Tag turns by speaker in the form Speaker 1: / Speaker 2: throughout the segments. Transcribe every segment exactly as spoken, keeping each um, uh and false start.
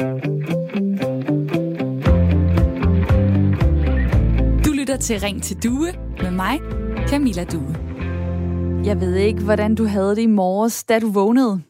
Speaker 1: Du lytter til Ring til Due med mig, Camilla Due. Jeg ved ikke, hvordan du havde det i morges, da du vågnede.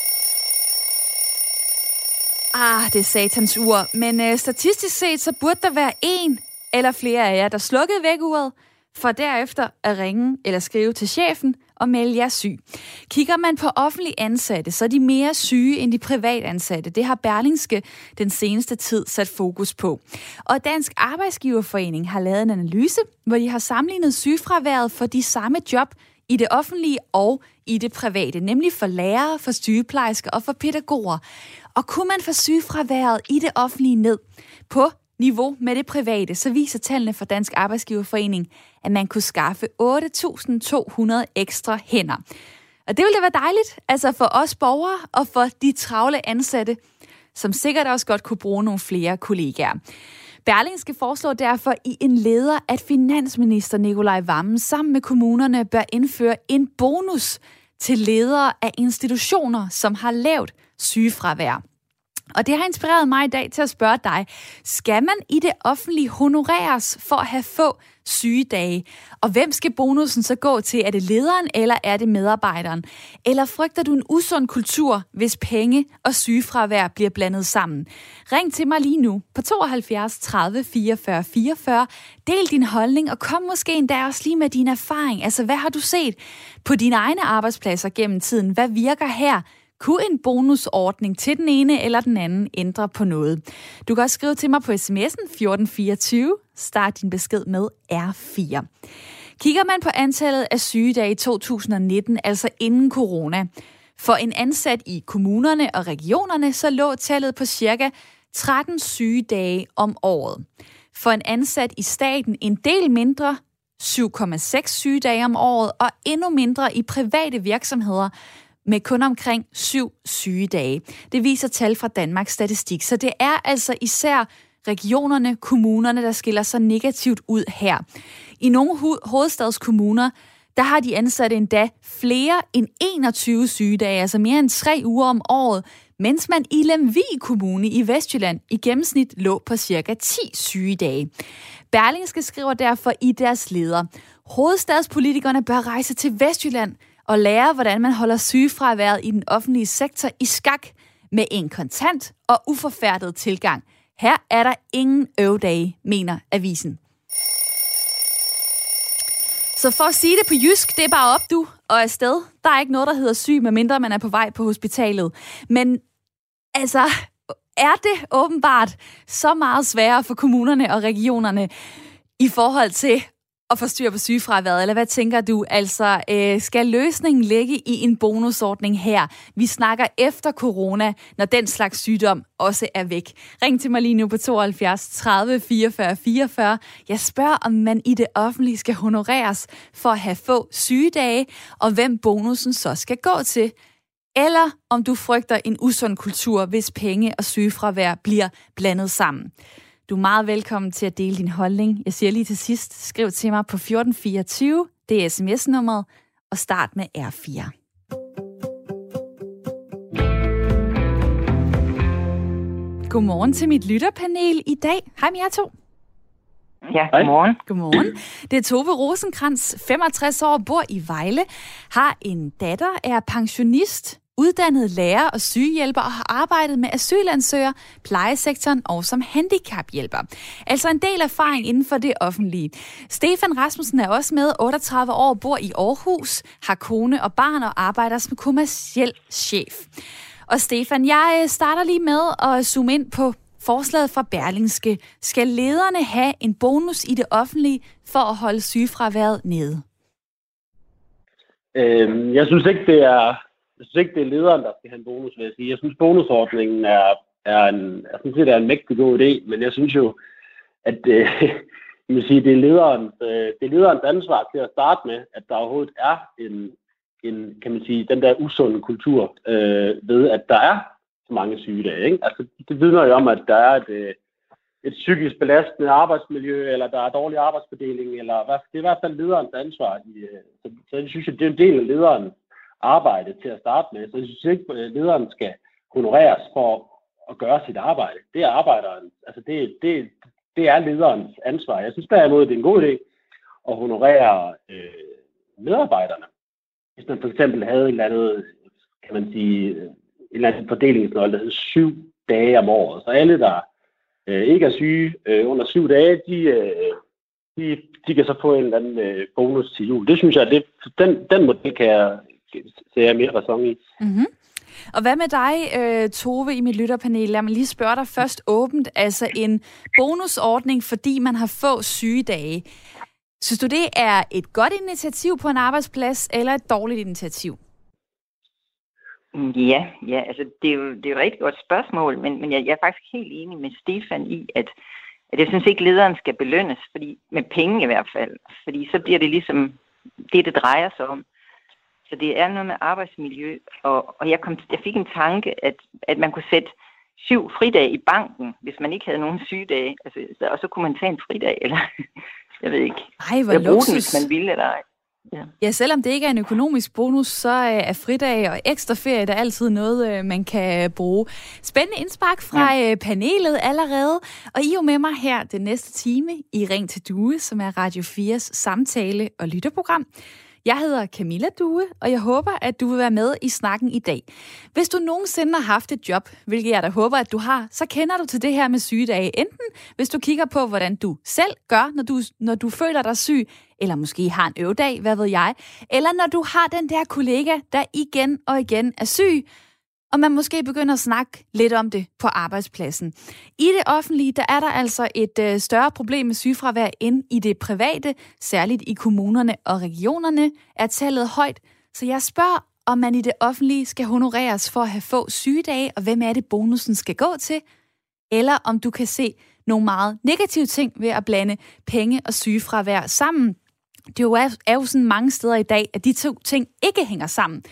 Speaker 1: Ah, det er satans ur, men øh, statistisk set, så burde der være en eller flere af jer, der slukkede vækkeuret, for derefter at ringe eller skrive til chefen og melde jer syg. Kigger man på offentlige ansatte, så er de mere syge end de privat ansatte. Det har Berlingske den seneste tid sat fokus på. Og Dansk Arbejdsgiverforening har lavet en analyse, hvor de har sammenlignet sygefraværet for de samme job i det offentlige og i det private, nemlig for lærere, for sygeplejersker og for pædagoger. Og kunne man få sygefraværet i det offentlige ned på niveau med det private, så viser tallene fra Dansk Arbejdsgiverforening, at man kunne skaffe otte tusind to hundrede ekstra hænder. Og det ville da være dejligt, altså for os borgere og for de travle ansatte, som sikkert også godt kunne bruge nogle flere kollegaer. Berlingske foreslår derfor i en leder, at finansminister Nicolai Wammen sammen med kommunerne bør indføre en bonus til ledere af institutioner, som har lavt sygefravær. Og det har inspireret mig i dag til at spørge dig, skal man i det offentlige honoreres for at have få sygedage? Og hvem skal bonusen så gå til? Er det lederen, eller er det medarbejderen? Eller frygter du en usund kultur, hvis penge og sygefravær bliver blandet sammen? Ring til mig lige nu på tooghalvfjerds tredive fireogfyrre fireogfyrre. Del din holdning, og kom måske endda også lige med din erfaring. Altså, hvad har du set på dine egne arbejdspladser gennem tiden? Hvad virker her? Kunne en bonusordning til den ene eller den anden ændre på noget? Du kan også skrive til mig på sms'en fjorten fireogtyve. Start din besked med R fire. Kigger man på antallet af sygedage i to tusind nitten, altså inden corona, for en ansat i kommunerne og regionerne, så lå tallet på cirka tretten sygedage om året. For en ansat i staten en del mindre, syv komma seks sygedage om året, og endnu mindre i private virksomheder, med kun omkring syv sygedage. Det viser tal fra Danmarks Statistik. Så det er altså især regionerne, kommunerne, der skiller sig negativt ud her. I nogle ho- hovedstadskommuner, der har de ansatte endda flere end enogtyve sygedage, altså mere end tre uger om året, mens man i Lemvig Kommune i Vestjylland i gennemsnit lå på cirka ti sygedage. Berlingske skriver derfor i deres leder, hovedstadspolitikerne bør rejse til Vestjylland og lære, hvordan man holder sygefraværet i den offentlige sektor i skak med en kontant og uforfærdet tilgang. Her er der ingen øvedage, mener avisen. Så for at sige det på jysk, det er bare op, du, og afsted. Der er ikke noget, der hedder syg, medmindre man er på vej på hospitalet. Men altså, er det åbenbart så meget sværere for kommunerne og regionerne i forhold til at få styr på sygefraværet, eller hvad tænker du? Altså, øh, skal løsningen ligge i en bonusordning her? Vi snakker efter corona, når den slags sygdom også er væk. Ring til mig lige nu på tooghalvfjerds tredive fireogfyrre fireogfyrre. Jeg spørger, om man i det offentlige skal honoreres for at have få sygedage, og hvem bonusen så skal gå til. Eller om du frygter en usund kultur, hvis penge og sygefravær bliver blandet sammen. Du er meget velkommen til at dele din holdning. Jeg siger lige til sidst, skriv til mig på fjorten fireogtyve, det er sms-nummeret, og start med R fire. Godmorgen til mit lytterpanel i dag. Hej med jer to.
Speaker 2: Ja, godmorgen.
Speaker 1: Godmorgen. Det er Tove Rosenkrantz, femogtres år, bor i Vejle, har en datter, er pensionist, uddannet lærer og sygehjælper og har arbejdet med asylansøgere, plejesektoren og som handicaphjælper. Altså en del erfaring inden for det offentlige. Stefan Rasmussen er også med, otteogtredive år, bor i Aarhus, har kone og barn og arbejder som kommerciel chef. Og Stefan, jeg starter lige med at zoome ind på forslaget fra Berlingske. Skal lederne have en bonus i det offentlige for at holde sygefraværet nede?
Speaker 3: Øhm, jeg synes ikke, det er Jeg synes ikke, det er lederen, der skal have en bonus, vil jeg sige. Jeg synes, bonusordningen er, er en, jeg synes, det er en mægtig god idé, men jeg synes jo, at øh, jeg vil sige, det, er lederens, øh, det er lederens ansvar til at starte med, at der overhovedet er en, en kan man sige, den der usunde kultur øh, ved, at der er så mange sygedage. Ikke? Altså, det vidner jo om, at der er et, et psykisk belastende arbejdsmiljø, eller der er dårlig arbejdsfordeling, eller hvad, det er i hvert fald lederens ansvar. I, så, så jeg synes, at det er en del af lederens arbejde til at starte med. Så jeg synes ikke, at lederen skal honoreres for at gøre sit arbejde. Det er arbejderen. Altså det, det, det er lederens ansvar. Jeg synes derimod, det er en god idé at honorere øh, medarbejderne. Hvis man for eksempel havde et eller andet, kan man sige, en eller anden fordelingsnøgle, der hedder syv dage om året. Så alle, der øh, ikke er syge øh, under syv dage, de, øh, de, de kan så få en eller anden øh, bonus til jul. Det synes jeg, det, den, den model kan jeg se jeg mere ræson i.
Speaker 1: Mm-hmm. Og hvad med dig, øh, Tove, i mit lytterpanel? Lad mig lige spørge dig først åbent. Altså en bonusordning, fordi man har få sygedage. Synes du, det er et godt initiativ på en arbejdsplads, eller et dårligt initiativ?
Speaker 2: Ja, ja, altså det er jo, det er jo et rigtig godt spørgsmål, men, men jeg, jeg er faktisk helt enig med Stefan i, at, at jeg synes ikke, lederen skal belønnes, fordi, med penge i hvert fald, fordi så bliver det ligesom det, det drejer sig om. Så det er noget med arbejdsmiljø, og, og jeg, kom, jeg fik en tanke, at, at man kunne sætte syv fridage i banken, hvis man ikke havde nogen sygedage, altså, og så kunne man tage en fridag, eller jeg ved ikke.
Speaker 1: Ej, hvor luksus.
Speaker 2: Den, hvis man ville, eller ej. Ja.
Speaker 1: ja, selvom det ikke er en økonomisk bonus, så er fridag og ekstra ferie der altid noget, man kan bruge. Spændende indspark fra ja. panelet allerede. Og I er jo med mig her den næste time i Ring til Due, som er Radio fires samtale- og lytterprogram. Jeg hedder Camilla Due, og jeg håber, at du vil være med i snakken i dag. Hvis du nogensinde har haft et job, hvilket jeg da håber, at du har, så kender du til det her med sygedage. Enten hvis du kigger på, hvordan du selv gør, når du, når du føler dig syg, eller måske har en øvedag, hvad ved jeg, eller når du har den der kollega, der igen og igen er syg, og man måske begynder at snakke lidt om det på arbejdspladsen. I det offentlige, der er der altså et øh, større problem med sygefravær end i det private, særligt i kommunerne og regionerne, er tallet højt. Så jeg spørger, om man i det offentlige skal honoreres for at have få sygedage, og hvem er det, bonusen skal gå til? Eller om du kan se nogle meget negative ting ved at blande penge og sygefravær sammen. Det jo er, er jo sådan mange steder i dag, at de to ting ikke hænger sammen.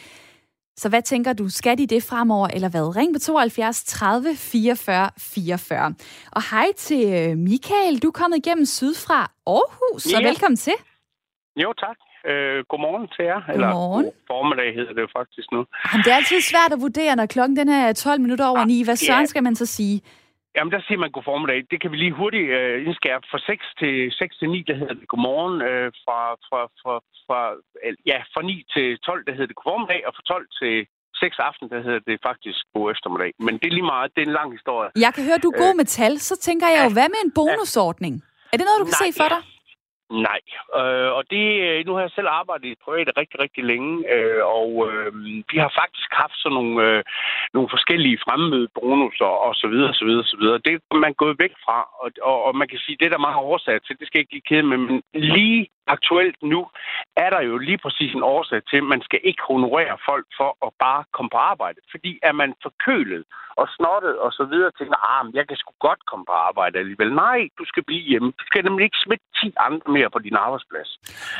Speaker 1: Så hvad tænker du? Skal de det fremover, eller hvad? Ring på tooghalvfjerds tredive fireogfyrre fireogfyrre. Og hej til Michael. Du er kommet igennem syd fra Aarhus, så ja. Velkommen til.
Speaker 4: Jo, tak. Øh, godmorgen til jer.
Speaker 1: Godmorgen.
Speaker 4: Eller formiddag hedder det jo faktisk nu.
Speaker 1: Jamen, det er altid svært at vurdere, når klokken den er tolv minutter over ni. Hvad søren ja. skal man så sige?
Speaker 4: Jamen, der siger man god formiddag. Det kan vi lige hurtigt øh, indskærpe. Fra seks til ni, der hedder det godmorgen. Øh, fra, fra, fra, fra, ja, fra ni til tolv, der hedder det god formiddag. Og fra tolv til seks aften, der hedder det faktisk god eftermiddag. Men det er lige meget. Det er en lang historie.
Speaker 1: Jeg kan høre, du er god med tal. Så tænker jeg jo, hvad med en bonusordning? Er det noget, du kan
Speaker 4: Nej,
Speaker 1: se for dig?
Speaker 4: Nej, øh, og det, nu har jeg selv arbejdet i privat rigtig, rigtig længe, øh, og øh, vi har faktisk haft sådan nogle, øh, nogle forskellige fremmødebonusser og så videre, så videre, så videre. Det er man gået væk fra, og, og, og man kan sige, det er der meget årsag til, det skal jeg ikke give kede med, men lige aktuelt nu er der jo lige præcis en årsag til, at man skal ikke honorere folk for at bare komme på arbejde. Fordi er man forkølet og snottet og så videre, tænker, ah, jeg kan sgu godt komme på arbejde alligevel. Nej, du skal blive hjemme. Du skal nemlig ikke smitte ti andre mere på din arbejdsplads.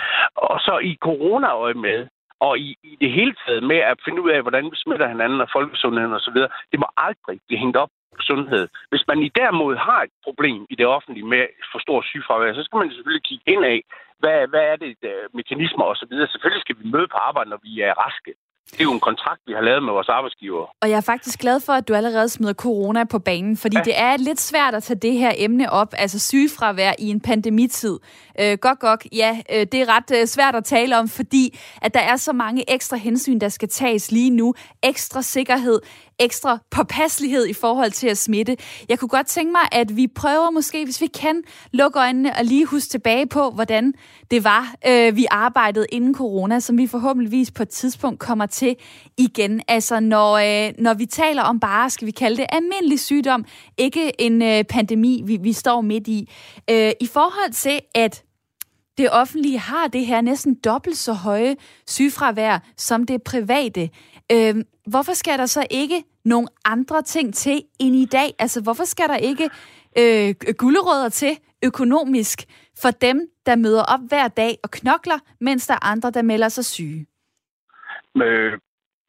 Speaker 4: Og så i corona-øje med, og i, i det hele taget med at finde ud af, hvordan vi smitter hinanden og folkesundheden og så videre, det må aldrig blive hængt op på sundhed. Hvis man i derimod har et problem i det offentlige med for stor sygefravær, så skal man selvfølgelig kigge ind af, hvad, hvad er det, uh, mekanismer og så videre. Selvfølgelig skal vi møde på arbejde, når vi er raske. Det er jo en kontrakt, vi har lavet med vores arbejdsgiver.
Speaker 1: Og jeg er faktisk glad for, at du allerede smider corona på banen, fordi ja. det er lidt svært at tage det her emne op, altså sygefravær i en pandemitid. Øh, godt, godt, ja, øh, det er ret øh, svært at tale om, fordi at der er så mange ekstra hensyn, der skal tages lige nu. Ekstra sikkerhed, ekstra påpasselighed i forhold til at smitte. Jeg kunne godt tænke mig, at vi prøver måske, hvis vi kan, lukke øjnene og lige huske tilbage på, hvordan det var, øh, vi arbejdede inden corona, som vi forhåbentligvis på et tidspunkt kommer til igen. Altså, når, øh, når vi taler om bare, skal vi kalde det, almindelig sygdom, ikke en øh, pandemi, vi, vi står midt i. Øh, I forhold til, at det offentlige har det her næsten dobbelt så høje sygefravær som det private. Øh, hvorfor skal der så ikke nogle andre ting til end i dag? Altså, hvorfor skal der ikke øh, gulerødder til økonomisk for dem, der møder op hver dag og knokler, mens der er andre, der melder sig syge?
Speaker 4: Øh,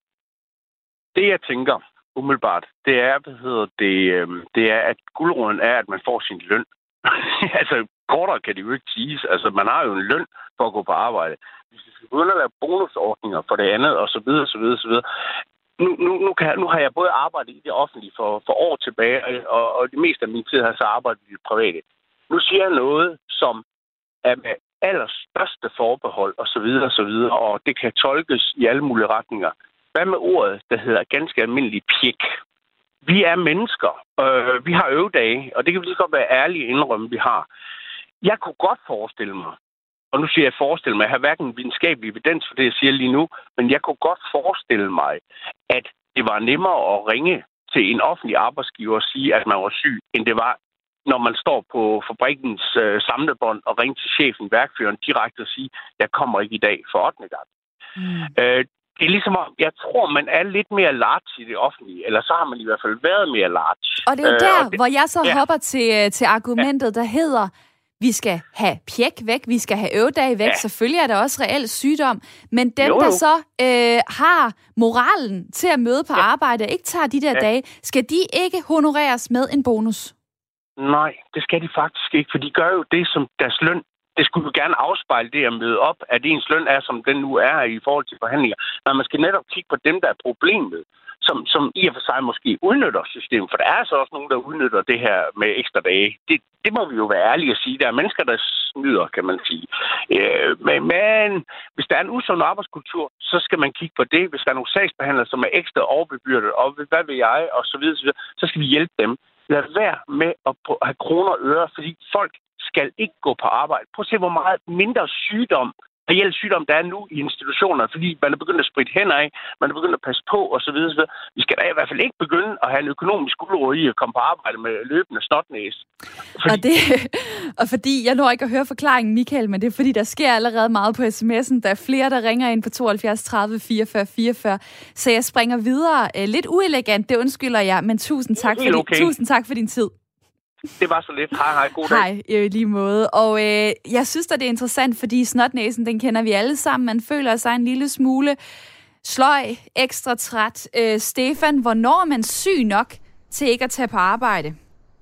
Speaker 4: det, jeg tænker umiddelbart, det er, hvad hedder det, øh, det er, at gulerøden er, at man får sin løn. Altså, kortere kan det jo ikke siges. Altså, man har jo en løn for at gå på arbejde. Hvis vi skal begynde at lave bonusordninger for det andet, og så videre, så videre, så videre. nu, nu, nu, kan, nu har jeg både arbejdet i det offentlige for, for år tilbage, og, og det meste af min tid har så arbejdet i det private. Nu siger jeg noget, som er med allerstørste forbehold, og så videre, og så videre, og det kan tolkes i alle mulige retninger. Hvad med ordet, der hedder ganske almindelig pjek? Vi er mennesker. Øh, vi har øvedage, og det kan vi lige godt være ærlige indrømme, vi har. Jeg kunne godt forestille mig, og nu siger jeg forestille mig, jeg har hverken videnskabelig evidens for det, jeg siger lige nu, men jeg kunne godt forestille mig, at det var nemmere at ringe til en offentlig arbejdsgiver og sige, at man var syg, end det var, når man står på fabrikkens øh, samlebånd og ringer til chefen, værkføreren, direkte og sige, jeg kommer ikke i dag for ottende gang. Mm. Øh, det er ligesom, jeg tror, man er lidt mere large i det offentlige, eller så har man i hvert fald været mere large.
Speaker 1: Og det er jo der, øh, det, hvor jeg så
Speaker 4: ja.
Speaker 1: hopper til, til argumentet, der hedder, vi skal have pjek væk, vi skal have øvedage væk. Ja. Selvfølgelig er der også reel sygdom, men dem, jo, jo. der så øh, har moralen til at møde på ja. arbejde og ikke tager de der ja. dage, skal de ikke honoreres med en bonus?
Speaker 4: Nej, det skal de faktisk ikke, for de gør jo det, som deres løn. Det skulle jo gerne afspejle det at møde op, at ens løn er, som den nu er i forhold til forhandlinger. Men man skal netop kigge på dem, der er problemet, som, som i og for sig måske udnytter systemet. For der er altså også nogen, der udnytter det her med ekstra dage. Det, det må vi jo være ærlige at sige. Der er mennesker, der snyder, kan man sige. Øh, men, men hvis der er en usund arbejdskultur, så skal man kigge på det. Hvis der er nogle sagsbehandlere, som er ekstra overbebyrdet, og hvad vil jeg, og så videre, så videre, så skal vi hjælpe dem. Lad være med at have kroner og øre, fordi folk skal ikke gå på arbejde. Prøv at se, hvor meget mindre sygdom, reelt sygdom, der er nu i institutionerne, fordi man er begyndt at spritte hænder af, man er begyndt at passe på, osv. Vi skal da i hvert fald ikke begynde at have en økonomisk gulerod i at komme på arbejde med løbende snotnæse.
Speaker 1: Fordi... Og, det, og fordi, jeg når ikke at høre forklaringen, Michael, men det er fordi, der sker allerede meget på sms'en. Der er flere, der ringer ind på tooghalvfjerds tredive fireogfyrre fireogfyrre, så jeg springer videre. Lidt uelegant, det undskylder jeg, men tusind tak, for, okay. din, tusind tak for din tid.
Speaker 4: Det var så lidt. Hej, hej. God dag.
Speaker 1: Hej, i lige måde. Og øh, jeg synes da, det er interessant, fordi snotnæsen, den kender vi alle sammen. Man føler sig en lille smule sløj, ekstra træt. Øh, Stefan, hvornår er man syg nok til ikke at tage på arbejde?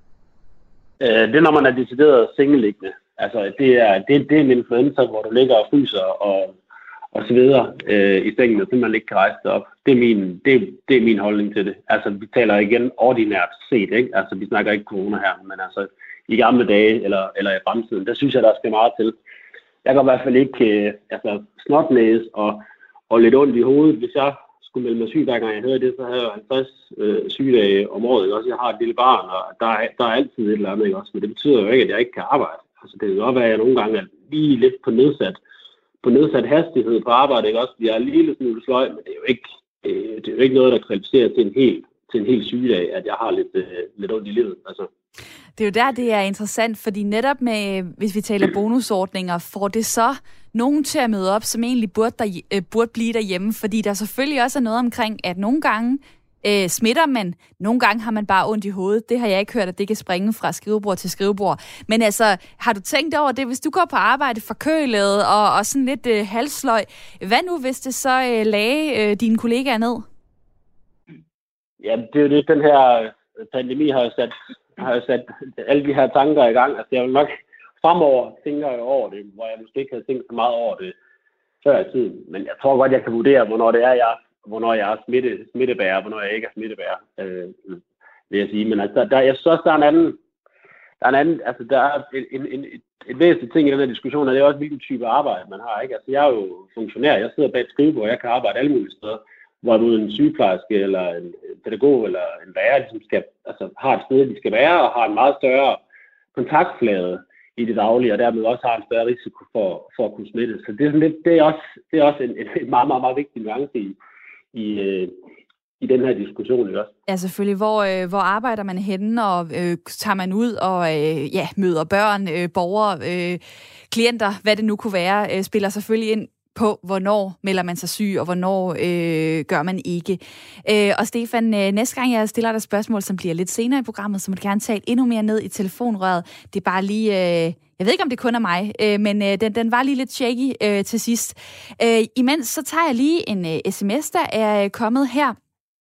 Speaker 3: Øh, det er, når man er decideret sengeliggende. Altså, det er, det, det er en influenza, hvor du ligger og fryser og, og så videre øh, i sengen, og simpelthen ikke kan rejse dig op. Det er, min, det, det er min holdning til det. Altså, vi taler igen ordinært set, ikke? Altså, vi snakker ikke corona her, men altså, i gamle dage eller, eller i fremtiden, der synes jeg, der skal meget til. Jeg kan i hvert fald ikke, øh, altså, snotnæse og, og lidt ondt i hovedet. Hvis jeg skulle melde mig syg, hver gang jeg havde det, så havde jeg halvtreds øh, sygedage om året, ikke? Også jeg har et lille barn, og der er, der er altid et eller andet, ikke? Også, men det betyder jo ikke, at jeg ikke kan arbejde. Altså, det kan jo godt være, at jeg nogle gange er lige lidt på nedsat på nedsat hastighed på arbejde, ikke også? Jeg er lige lidt smule sløj, men det er jo ikke, øh, det er jo ikke noget, der kvalificerer til en hel, til en hel sygedag, at jeg har lidt, øh, lidt ondt i livet. Altså.
Speaker 1: Det er jo der, det er interessant, fordi netop med, hvis vi taler bonusordninger, får det så nogen til at møde op, som egentlig burde, der, øh, burde blive derhjemme, fordi der selvfølgelig også er noget omkring, at nogle gange øh, smitter man, nogle gange har man bare ondt i hovedet. Det har jeg ikke hørt, at det kan springe fra skrivebord til skrivebord. Men altså, har du tænkt over det, hvis du går på arbejde forkølet og, og sådan lidt øh, halsløg, hvad nu, hvis det så øh, lagde øh, dine kollegaer ned?
Speaker 3: Ja, det er jo det, den her pandemi har jo sat, har jo sat alle de her tanker i gang. Altså, jeg vil nok fremover tænker jeg over det, hvor jeg måske ikke havde tænkt så meget over det før i tiden. Men jeg tror godt, jeg kan vurdere, hvornår det er, jeg hvornår jeg er smitte, smittebærer, hvornår jeg ikke er smittebærer, øh, vil jeg sige. Men altså, der, jeg synes også, der er en anden, der er en anden, altså der er en, en, en, et, et væsentligt ting i den her diskussion, og det er også, hvilken type arbejde man har, ikke? Altså, jeg er jo funktionær, jeg sidder bag et skrivebord, og jeg kan arbejde alle mulige steder, hvorimod en sygeplejerske, eller en pædagog, eller en lærer, ligesom skal, altså, har et sted, de skal være, og har en meget større kontaktflade i det daglige, og dermed også har en større risiko for, for at kunne smitte. Så det er, sådan lidt, det er også, det er også en, en meget, meget, meget vigtig nuance i, i, øh, i den her diskussion, ikke også? Ja,
Speaker 1: selvfølgelig. Hvor, øh, hvor arbejder man henne, og øh, tager man ud og øh, ja, møder børn, øh, borgere, øh, klienter, hvad det nu kunne være, øh, spiller selvfølgelig ind på, hvornår melder man sig syg, og hvornår øh, gør man ikke. Øh, og Stefan, øh, næste gang jeg stiller dig spørgsmål, som bliver lidt senere i programmet, så må du gerne tale endnu mere ned i telefonrøret. Det er bare lige... Øh, jeg ved ikke, om det kun er mig, øh, men øh, den, den var lige lidt shaky øh, til sidst. Øh, imens så tager jeg lige en øh, sms, der er kommet her.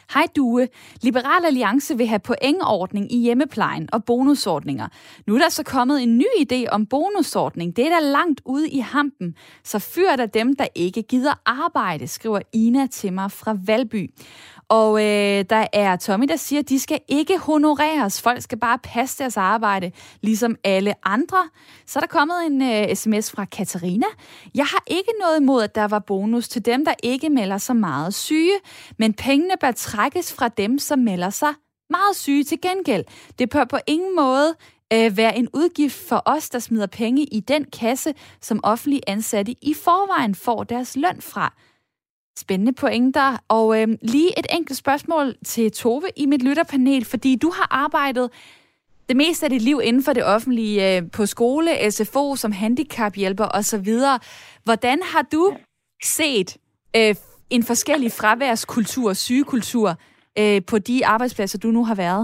Speaker 1: Hej Due. Liberal Alliance vil have pointordning i hjemmeplejen og bonusordninger. Nu er der så kommet en ny idé om bonusordning. Det er der langt ude i hampen. Så fyr der dem, der ikke gider arbejde, skriver Ina til mig fra Valby. Og øh, der er Tommy, der siger, at de skal ikke honoreres. Folk skal bare passe deres arbejde, ligesom alle andre. Så er der kommet en øh, sms fra Katarina. Jeg har ikke noget imod, at der var bonus til dem, der ikke melder sig meget syge. Men pengene bør trækkes fra dem, som melder sig meget syge til gengæld. Det bør på ingen måde øh, være en udgift for os, der smider penge i den kasse, som offentlige ansatte i forvejen får deres løn fra. Spændende pointer. Og øh, lige et enkelt spørgsmål til Tove i mit lytterpanel, fordi du har arbejdet det meste af dit liv inden for det offentlige, øh, på skole, S F O, som handicaphjælper osv. Hvordan har du set øh, en forskellig fraværskultur, sygekultur, øh, på de arbejdspladser, du nu har været?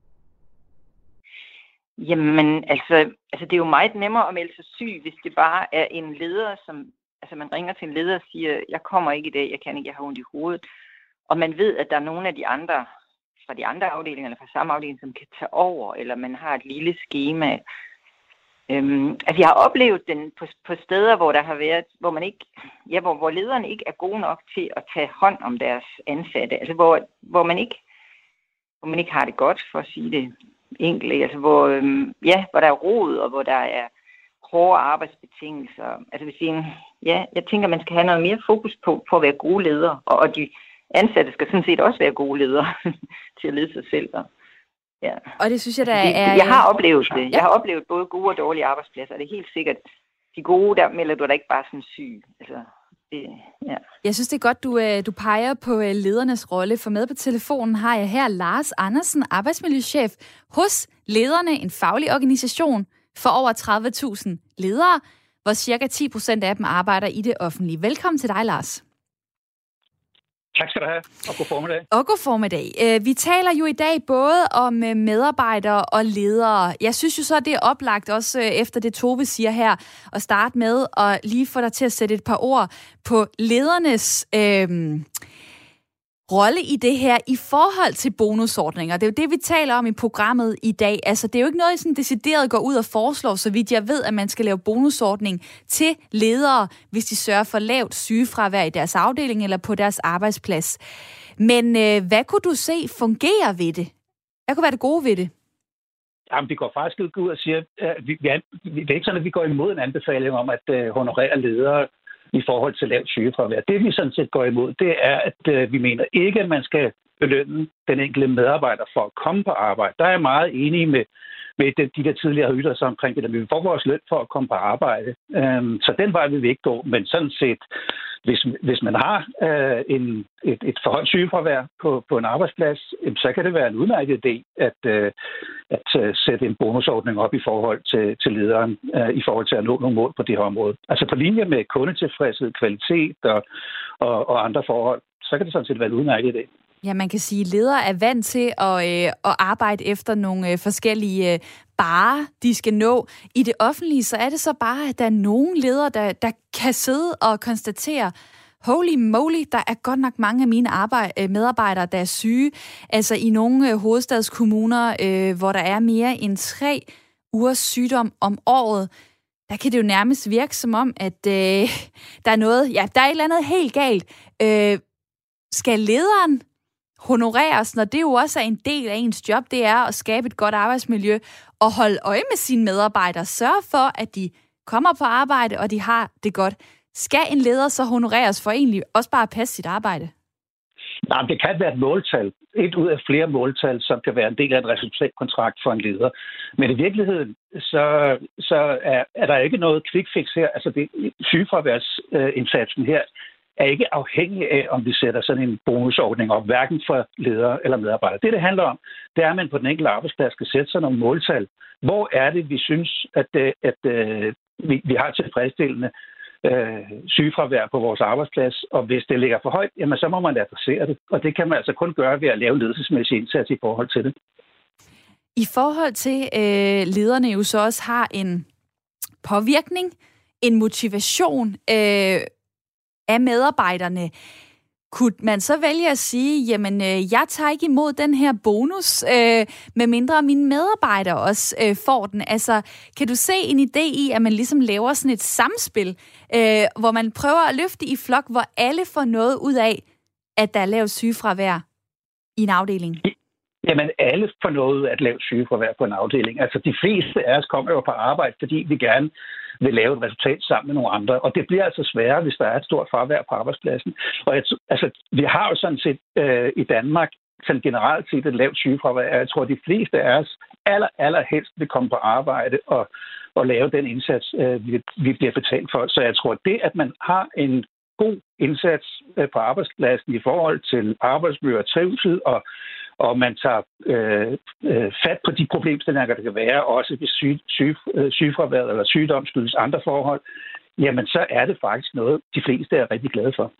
Speaker 2: Jamen, altså, altså det er jo meget nemmere at melde sig syg, hvis det bare er en leder, som altså man ringer til en leder og siger, jeg kommer ikke i dag, jeg kan ikke, jeg har ondt i hovedet. Og man ved, at der er nogle af de andre, fra de andre afdelinger, eller fra samme afdeling, som kan tage over, eller man har et lille skema. Øhm, altså jeg har oplevet den på, på steder, hvor der har været, hvor man ikke, ja, hvor, hvor lederne ikke er gode nok til at tage hånd om deres ansatte. Altså hvor, hvor man ikke, hvor man ikke har det godt, for at sige det enkelt. Altså hvor, øhm, ja, hvor der er rod, og hvor der er hårde arbejdsbetingelser. Altså hvis en, ja, jeg tænker, man skal have noget mere fokus på, på at være gode ledere, og, og de ansatte skal sådan set også være gode ledere til at lede sig selv. Ja.
Speaker 1: Og det synes jeg, der er...
Speaker 2: Jeg har oplevet det.
Speaker 1: Ja.
Speaker 2: Jeg har oplevet både gode og dårlige arbejdspladser, og det er helt sikkert, de gode, der melder du da ikke bare sådan syg. Altså, det, ja.
Speaker 1: Jeg synes, det er godt, du, du peger på ledernes rolle, for med på telefonen har jeg her Lars Andersen, arbejdsmiljøchef hos Lederne, en faglig organisation for over tredive tusind ledere, hvor cirka ti procent af dem arbejder i det offentlige. Velkommen til dig, Lars.
Speaker 5: Tak skal du have, og god formiddag.
Speaker 1: Og god formiddag. Vi taler jo i dag både om medarbejdere og ledere. Jeg synes jo så, det er oplagt, også efter det Tove siger her, at starte med at lige få dig til at sætte et par ord på ledernes øh, rolle i det her i forhold til bonusordninger. Det er jo det, vi taler om i programmet i dag. Altså, det er jo ikke noget, sådan decideret går ud og foreslår, så vidt jeg ved, at man skal lave bonusordning til ledere, hvis de sørger for lavt sygefravær i deres afdeling eller på deres arbejdsplads. Men øh, hvad kunne du se fungerer ved det? Hvad kunne være det gode ved det?
Speaker 5: Jamen, vi går faktisk ud og siger, at vi, vi er, det er ikke sådan, at vi går imod en anbefaling om at øh, honorere ledere i forhold til lavt sygefravær. Det vi sådan set går imod, det er, at øh, vi mener ikke, at man skal belønne den enkelte medarbejder for at komme på arbejde. Der er jeg meget enig med, med de, de der tidligere har ytret sig omkring det, at vi får vores løn for at komme på arbejde. Øhm, så den vej vil vi ikke gå. Men sådan set, hvis, hvis man har øh, en, et, et forholdt sygefravær på, på en arbejdsplads, så kan det være en udmærket idé at, øh, at uh, sætte en bonusordning op i forhold til, til lederen, øh, i forhold til at nå nogle mål på det her område. Altså på linje med kundetilfredshed, kvalitet og, og, og andre forhold, så kan det sådan set være en udmærket idé.
Speaker 1: Ja, man kan sige, at ledere er vant til at, øh, at arbejde efter nogle øh, forskellige øh, barer, de skal nå. I det offentlige, så er det så bare, at der er nogle ledere, der, der kan sidde og konstatere, holy moly, der er godt nok mange af mine arbejde, medarbejdere, der er syge. Altså i nogle øh, hovedstadskommuner, øh, hvor der er mere end tre ugers sygdom om året, der kan det jo nærmest virke som om, at øh, der er noget, ja, der er et eller andet helt galt. Øh, skal lederen honoreres, når det jo også er en del af ens job, det er at skabe et godt arbejdsmiljø og holde øje med sine medarbejdere, sørge for, at de kommer på arbejde, og de har det godt. Skal en leder så honoreres for egentlig også bare at passe sit arbejde?
Speaker 5: Nej, det kan være et måltal. Et ud af flere måltal, som kan være en del af en resultatkontrakt for en leder. Men i virkeligheden, så, så er, er der ikke noget quick fix her. Altså det, sygefraværsindsatsen her er ikke afhængig af, om vi sætter sådan en bonusordning op, hverken for ledere eller medarbejdere. Det, det handler om, det er, at man på den enkelte arbejdsplads skal sætte sig nogle måltal. Hvor er det, vi synes, at, at, at vi, vi har tilfredsstillende øh, sygefravær på vores arbejdsplads, og hvis det ligger for højt, jamen, så må man adressere det. Og det kan man altså kun gøre ved at lave ledelsesmæssig indsats i forhold til det.
Speaker 1: I forhold til øh, lederne jo så også har en påvirkning, en motivation øh, af medarbejderne. kunne man så vælge at sige, jamen, øh, jeg tager ikke imod den her bonus, øh, medmindre mine medarbejdere også øh, får den? Altså, kan du se en idé i, at man ligesom laver sådan et samspil, øh, hvor man prøver at løfte i flok, hvor alle får noget ud af, at der er lavt sygefravær i en afdeling?
Speaker 5: Jamen, alle får noget at lave sygefravær på en afdeling. Altså, de fleste af os kommer jo på arbejde, fordi vi gerne vil lave et resultat sammen med nogle andre. Og det bliver altså sværere, hvis der er et stort fravær på arbejdspladsen. Og jeg, altså, vi har jo sådan set øh, i Danmark sådan generelt set et lavt sygefravær. Jeg tror, de fleste af os aller, aller helst vil komme på arbejde og, og lave den indsats, øh, vi, vi bliver betalt for. Så jeg tror, det, at man har en god indsats øh, på arbejdspladsen i forhold til arbejdsmiljø og trivsel, og og man tager øh, øh, fat på de problemstillinger, der kan være, også hvis syge, syge, øh, sygefravær eller sygdom skyldes andre forhold, jamen så er det faktisk noget, de fleste er rigtig glade for.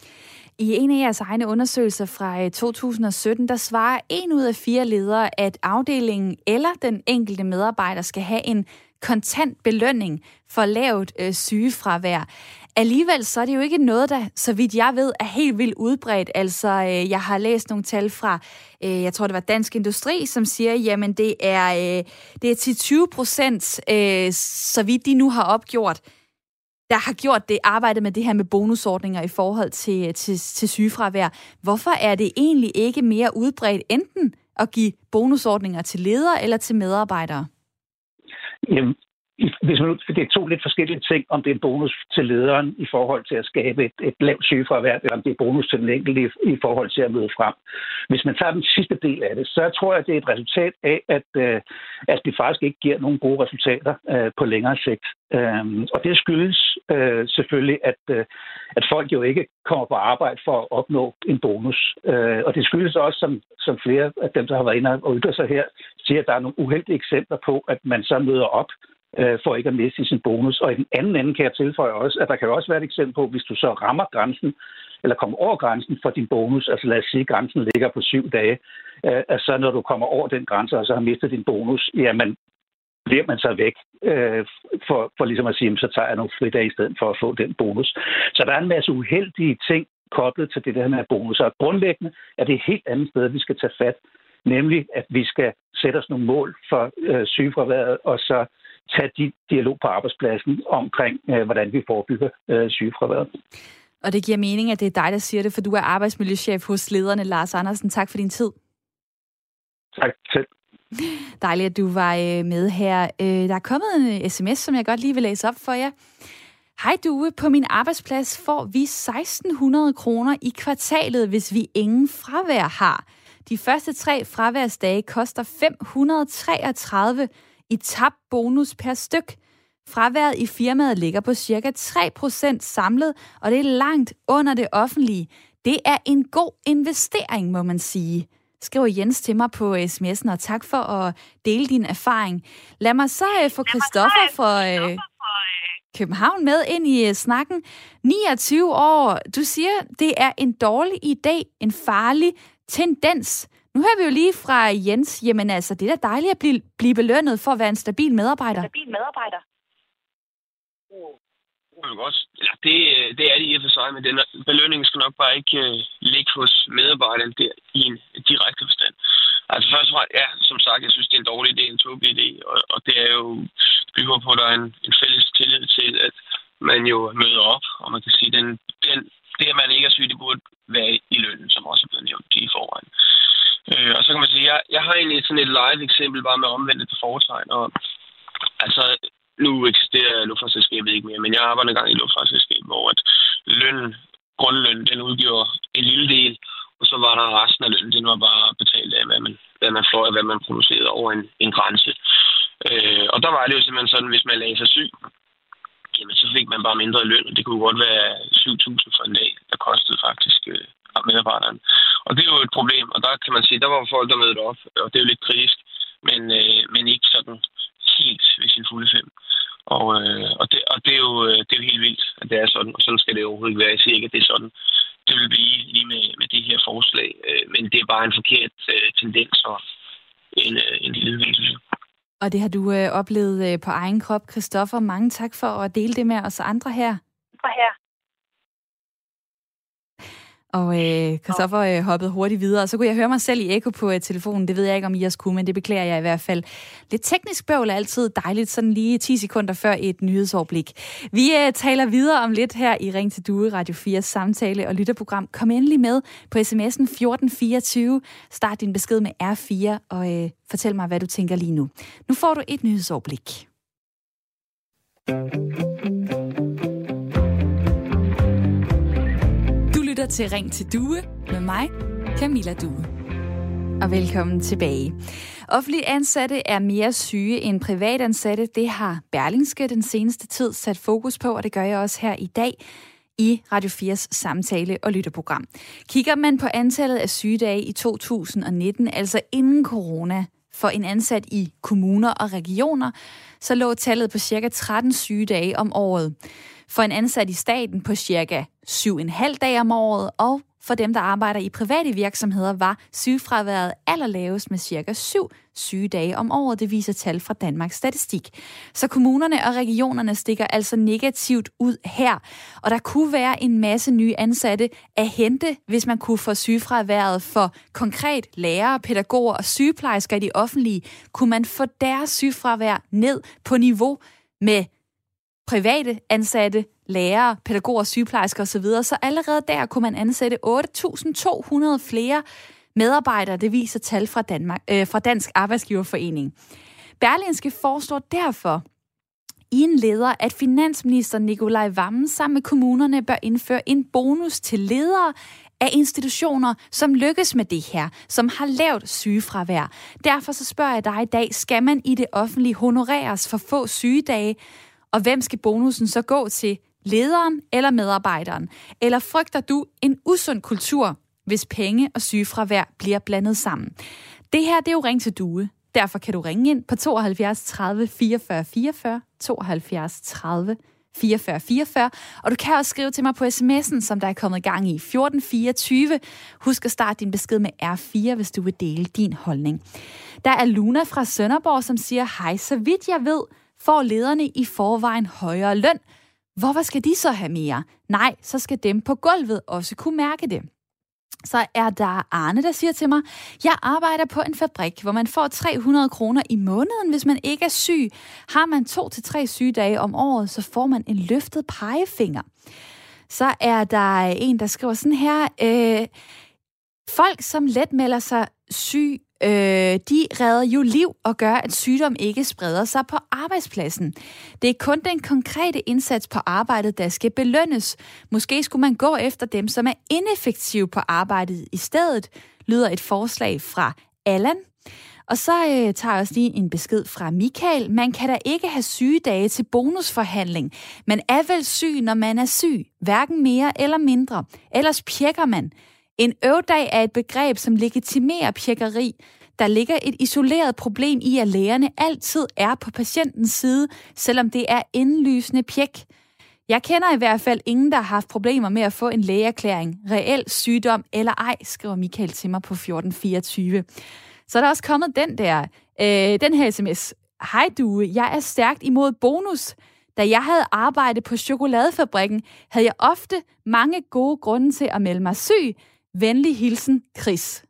Speaker 1: I en af jeres egne undersøgelser fra to tusind og sytten, der svarer en ud af fire ledere, at afdelingen eller den enkelte medarbejder skal have en kontant belønning for lavt øh, sygefravær. Alligevel så er det jo ikke noget, der, så vidt jeg ved, er helt vildt udbredt. Altså, øh, jeg har læst nogle tal fra, øh, jeg tror det var Dansk Industri, som siger, jamen det er, øh, det er til tyve procent, øh, så vidt de nu har opgjort, der har gjort det, arbejdet med det her med bonusordninger i forhold til, til, til sygefravær. Hvorfor er det egentlig ikke mere udbredt enten at give bonusordninger til ledere eller til medarbejdere?
Speaker 5: Jamen, hvis man, det er to lidt forskellige ting, om det er en bonus til lederen i forhold til at skabe et, et lavt sygefravær, eller om det er bonus til den enkelte i, i forhold til at møde frem. Hvis man tager den sidste del af det, så tror jeg, det er et resultat af, at, øh, at det faktisk ikke giver nogen gode resultater øh, på længere sigt. Um, og det skyldes øh, selvfølgelig, at, øh, at folk jo ikke kommer på arbejde for at opnå en bonus. Uh, og det skyldes også, som, som flere af dem, der har været inde og ytret sig her, siger, at der er nogle uheldige eksempler på, at man så møder op for ikke at miste sin bonus. Og i den anden ende kan jeg tilføje også, at der kan også være et eksempel på, hvis du så rammer grænsen, eller kommer over grænsen for din bonus, altså lad os sige, at grænsen ligger på syv dage, at så når du kommer over den grænse, og så har mistet din bonus, jamen, bliver man så væk, øh, for, for ligesom at sige, så tager jeg nogle fridage i stedet for at få den bonus. Så der er en masse uheldige ting koblet til det der med bonus. Og grundlæggende er det et helt andet sted, vi skal tage fat, nemlig at vi skal sætte os nogle mål for øh, sygefraværet, og så tage de dialog på arbejdspladsen omkring, øh, hvordan vi forebygger øh, sygefraværet.
Speaker 1: Og det giver mening, at det er dig, der siger det, for du er arbejdsmiljøchef hos Lederne. Lars Andersen, tak for din tid.
Speaker 5: Tak selv.
Speaker 1: Dejligt, at du var med her. Der er kommet en sms, som jeg godt lige vil læse op for jer. Hej Due, på min arbejdsplads får vi seksten hundrede kroner i kvartalet, hvis vi ingen fravær har. De første tre fraværsdage koster fem hundrede og treogtredive i tabt bonus per styk. Fraværet i firmaet ligger på cirka tre procent samlet, og det er langt under det offentlige. Det er en god investering, må man sige, skriver Jens til mig på sms'en, og tak for at dele din erfaring. Lad mig så få Christoffer fra øh, København med ind i snakken. niogtyve år, du siger, det er en dårlig idé, en farlig tendens. Nu hører vi jo lige fra Jens, jamen altså, det er da dejligt at blive, blive belønnet for at være en stabil medarbejder.
Speaker 6: Stabil medarbejder.
Speaker 4: Uh, godt. Ja, det, det er det i og for sig, men den belønning skal nok bare ikke uh, ligge hos medarbejderen der i en direkte forstand. Altså først og fremmest, ja, som sagt, jeg synes, det er en dårlig idé, en tåbelig idé, og, og det er jo bygger på, at der er en, en fælles tillid til, at man jo møder op, og man kan sige, den, den, det, at man ikke er syg, det burde være i lønnen, som også er blevet nævnt i forvejen. Øh, og så kan man sige, jeg, jeg har egentlig sådan et live eksempel bare med omvendt til foretegn, og altså nu eksisterer luftfartsselskabet ikke mere, men jeg arbejder en gang i luftfartsselskabet, hvor at lønnen, grundlønnen, den udgjorde en lille del, og så var der resten af lønnen, den var bare betalt af, hvad man, hvad man fløj, hvad man producerede over en, en grænse. Øh, og der var det jo simpelthen sådan, hvis man lagde sig syg, jamen så fik man bare mindre i løn, og det kunne godt være syv tusind for en dag, der kostede faktisk øh, medarbejderen. Og det er jo et problem, og der kan man sige, der var folk, der mødte op, og det er jo lidt kritisk, men, øh, men ikke sådan helt ved sin fulde fem. Og, øh, og, det, og det, er jo, det er jo helt vildt, at det er sådan, og sådan skal det overhovedet ikke være. Jeg siger ikke, at det er sådan, det vil blive lige med, med det her forslag, øh, men det er bare en forkert øh, tendens og en, øh, en lille vildt.
Speaker 1: Og det har du øh, oplevet øh, på egen krop, Christoffer. Mange tak for at dele det med os andre her.
Speaker 6: Fra her.
Speaker 1: Og øh, Christoffer øh, hoppede hurtigt videre, og så kunne jeg høre mig selv i ekko på øh, telefonen. Det ved jeg ikke, om I også kunne, men det beklager jeg i hvert fald. Lidt teknisk bøvl er altid dejligt, sådan lige ti sekunder før et nyhedsoverblik. Vi øh, taler videre om lidt her i Ring til Due, Radio fires samtale- og lytterprogram. Kom endelig med på sms'en fjorten fireogtyve. Start din besked med R fire, og øh, fortæl mig, hvad du tænker lige nu. Nu får du et nyhedsoverblik. Lytter til Ring til Due med mig, Camilla Due. Og velkommen tilbage. Offentlige ansatte er mere syge end privatansatte. Det har Berlingske den seneste tid sat fokus på, og det gør jeg også her i dag i Radio fires samtale- og lytterprogram. Kigger man på antallet af sygedage i to tusind nitten, altså inden corona, for en ansat i kommuner og regioner, så lå tallet på cirka tretten sygedage om året. For en ansat i staten på cirka syv komma fem dage om året, og for dem, der arbejder i private virksomheder, var sygefraværet allerlavest med cirka syv sygedage om året. Det viser tal fra Danmarks Statistik. Så kommunerne og regionerne stikker altså negativt ud her. Og der kunne være en masse nye ansatte at hente, hvis man kunne få sygefraværet for konkret lærere, pædagoger og sygeplejersker i de offentlige. Kunne man få deres sygefravær ned på niveau med private ansatte, lærere, pædagoger, sygeplejersker osv., så allerede der kunne man ansætte otte tusind to hundrede flere medarbejdere, det viser tal fra, Danmark, øh, fra Dansk Arbejdsgiverforening. Berlingske foreslår derfor i en leder, at finansminister Nicolai Wammen sammen med kommunerne bør indføre en bonus til ledere af institutioner, som lykkes med det her, som har lavt sygefravær. Derfor så spørger jeg dig i dag, skal man i det offentlige honoreres for få sygedage? Og hvem skal bonusen så gå til? Lederen eller medarbejderen? Eller frygter du en usund kultur, hvis penge og sygefravær bliver blandet sammen? Det her, det er jo Ring til Due. Derfor kan du ringe ind på tooghalvfjerds tredive fireogfyrre fireogfyrre, tooghalvfjerds tredive fireogfyrre fireogfyrre, og du kan også skrive til mig på sms'en, som der er kommet gang i, fjorten fireogtyve. Husk at starte din besked med R fire, hvis du vil dele din holdning. Der er Luna fra Sønderborg, som siger, hej, så vidt jeg ved, får lederne i forvejen højere løn. Hvorfor skal de så have mere? Nej, så skal dem på gulvet også kunne mærke det. Så er der Arne, der siger til mig, jeg arbejder på en fabrik, hvor man får tre hundrede kroner i måneden, hvis man ikke er syg. Har man to til tre sygedage om året, så får man en løftet pegefinger. Så er der en, der skriver sådan her, øh, folk, som let melder sig syg, Øh, de redder jo liv og gør, at sygdom ikke spreder sig på arbejdspladsen. Det er kun den konkrete indsats på arbejdet, der skal belønnes. Måske skulle man gå efter dem, som er ineffektive på arbejdet i stedet, lyder et forslag fra Allan. Og så øh, tager jeg også lige en besked fra Michael. Man kan da ikke have sygedage til bonusforhandling. Man er vel syg, når man er syg. Hverken mere eller mindre. Ellers pjekker man. En øvdag er et begreb, som legitimerer pjekkeri. Der ligger et isoleret problem i, at lægerne altid er på patientens side, selvom det er indlysende pjek. Jeg kender i hvert fald ingen, der har haft problemer med at få en lægeerklæring, reel sygdom eller ej, skriver Michael til mig på fjorten fireogtyve. Så er der også kommet den der, øh, den her sms. Hej Due, jeg er stærkt imod bonus. Da jeg havde arbejdet på chokoladefabrikken, havde jeg ofte mange gode grunde til at melde mig syg. Venlig hilsen, Chris.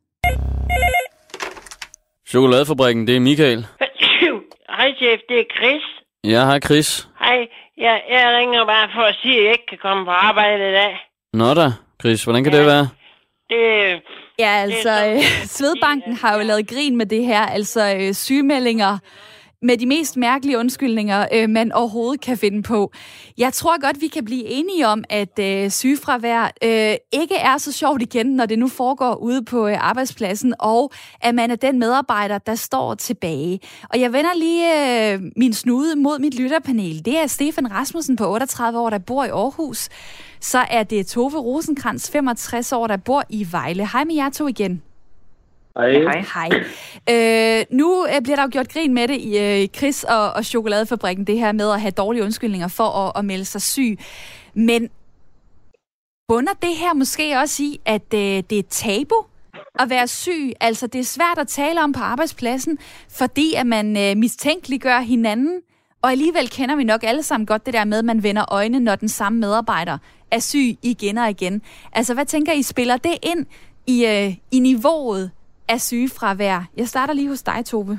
Speaker 6: Chokoladefabrikken, det er Michael.
Speaker 7: Hej chef, det er Chris.
Speaker 6: Ja, hej Chris.
Speaker 7: Hej, jeg, jeg ringer bare for at sige, at jeg ikke kan komme på arbejde i dag.
Speaker 6: Nå da, Chris, hvordan kan ja, det være?
Speaker 7: Det,
Speaker 1: ja, altså, øh, Svedbanken har jo lavet grin med det her, altså øh, sygemeldinger med de mest mærkelige undskyldninger, øh, man overhovedet kan finde på. Jeg tror godt, vi kan blive enige om, at øh, sygefravær øh, ikke er så sjovt igen, når det nu foregår ude på øh, arbejdspladsen, og at man er den medarbejder, der står tilbage. Og jeg vender lige øh, min snude mod mit lytterpanel. Det er Stefan Rasmussen på otteogtredive år, der bor i Aarhus. Så er det Tove Rosenkrantz, femogtres år, der bor i Vejle. Hej med jer to igen.
Speaker 3: Hej.
Speaker 1: Hej. Øh, nu øh, bliver der jo gjort grin med det i øh, Chris og, og Chokoladefabrikken, det her med at have dårlige undskyldninger for at, at melde sig syg. Men bunder det her måske også i, at øh, det er tabu at være syg? Altså det er svært at tale om på arbejdspladsen, fordi at man øh, mistænkeliggør hinanden Og alligevel kender vi nok alle sammen godt det der med, at man vender øjne, når den samme medarbejder er syg igen og igen. Altså, hvad tænker I, spiller det ind i, øh, i niveauet af sygefravær? Jeg starter lige hos dig, Tove.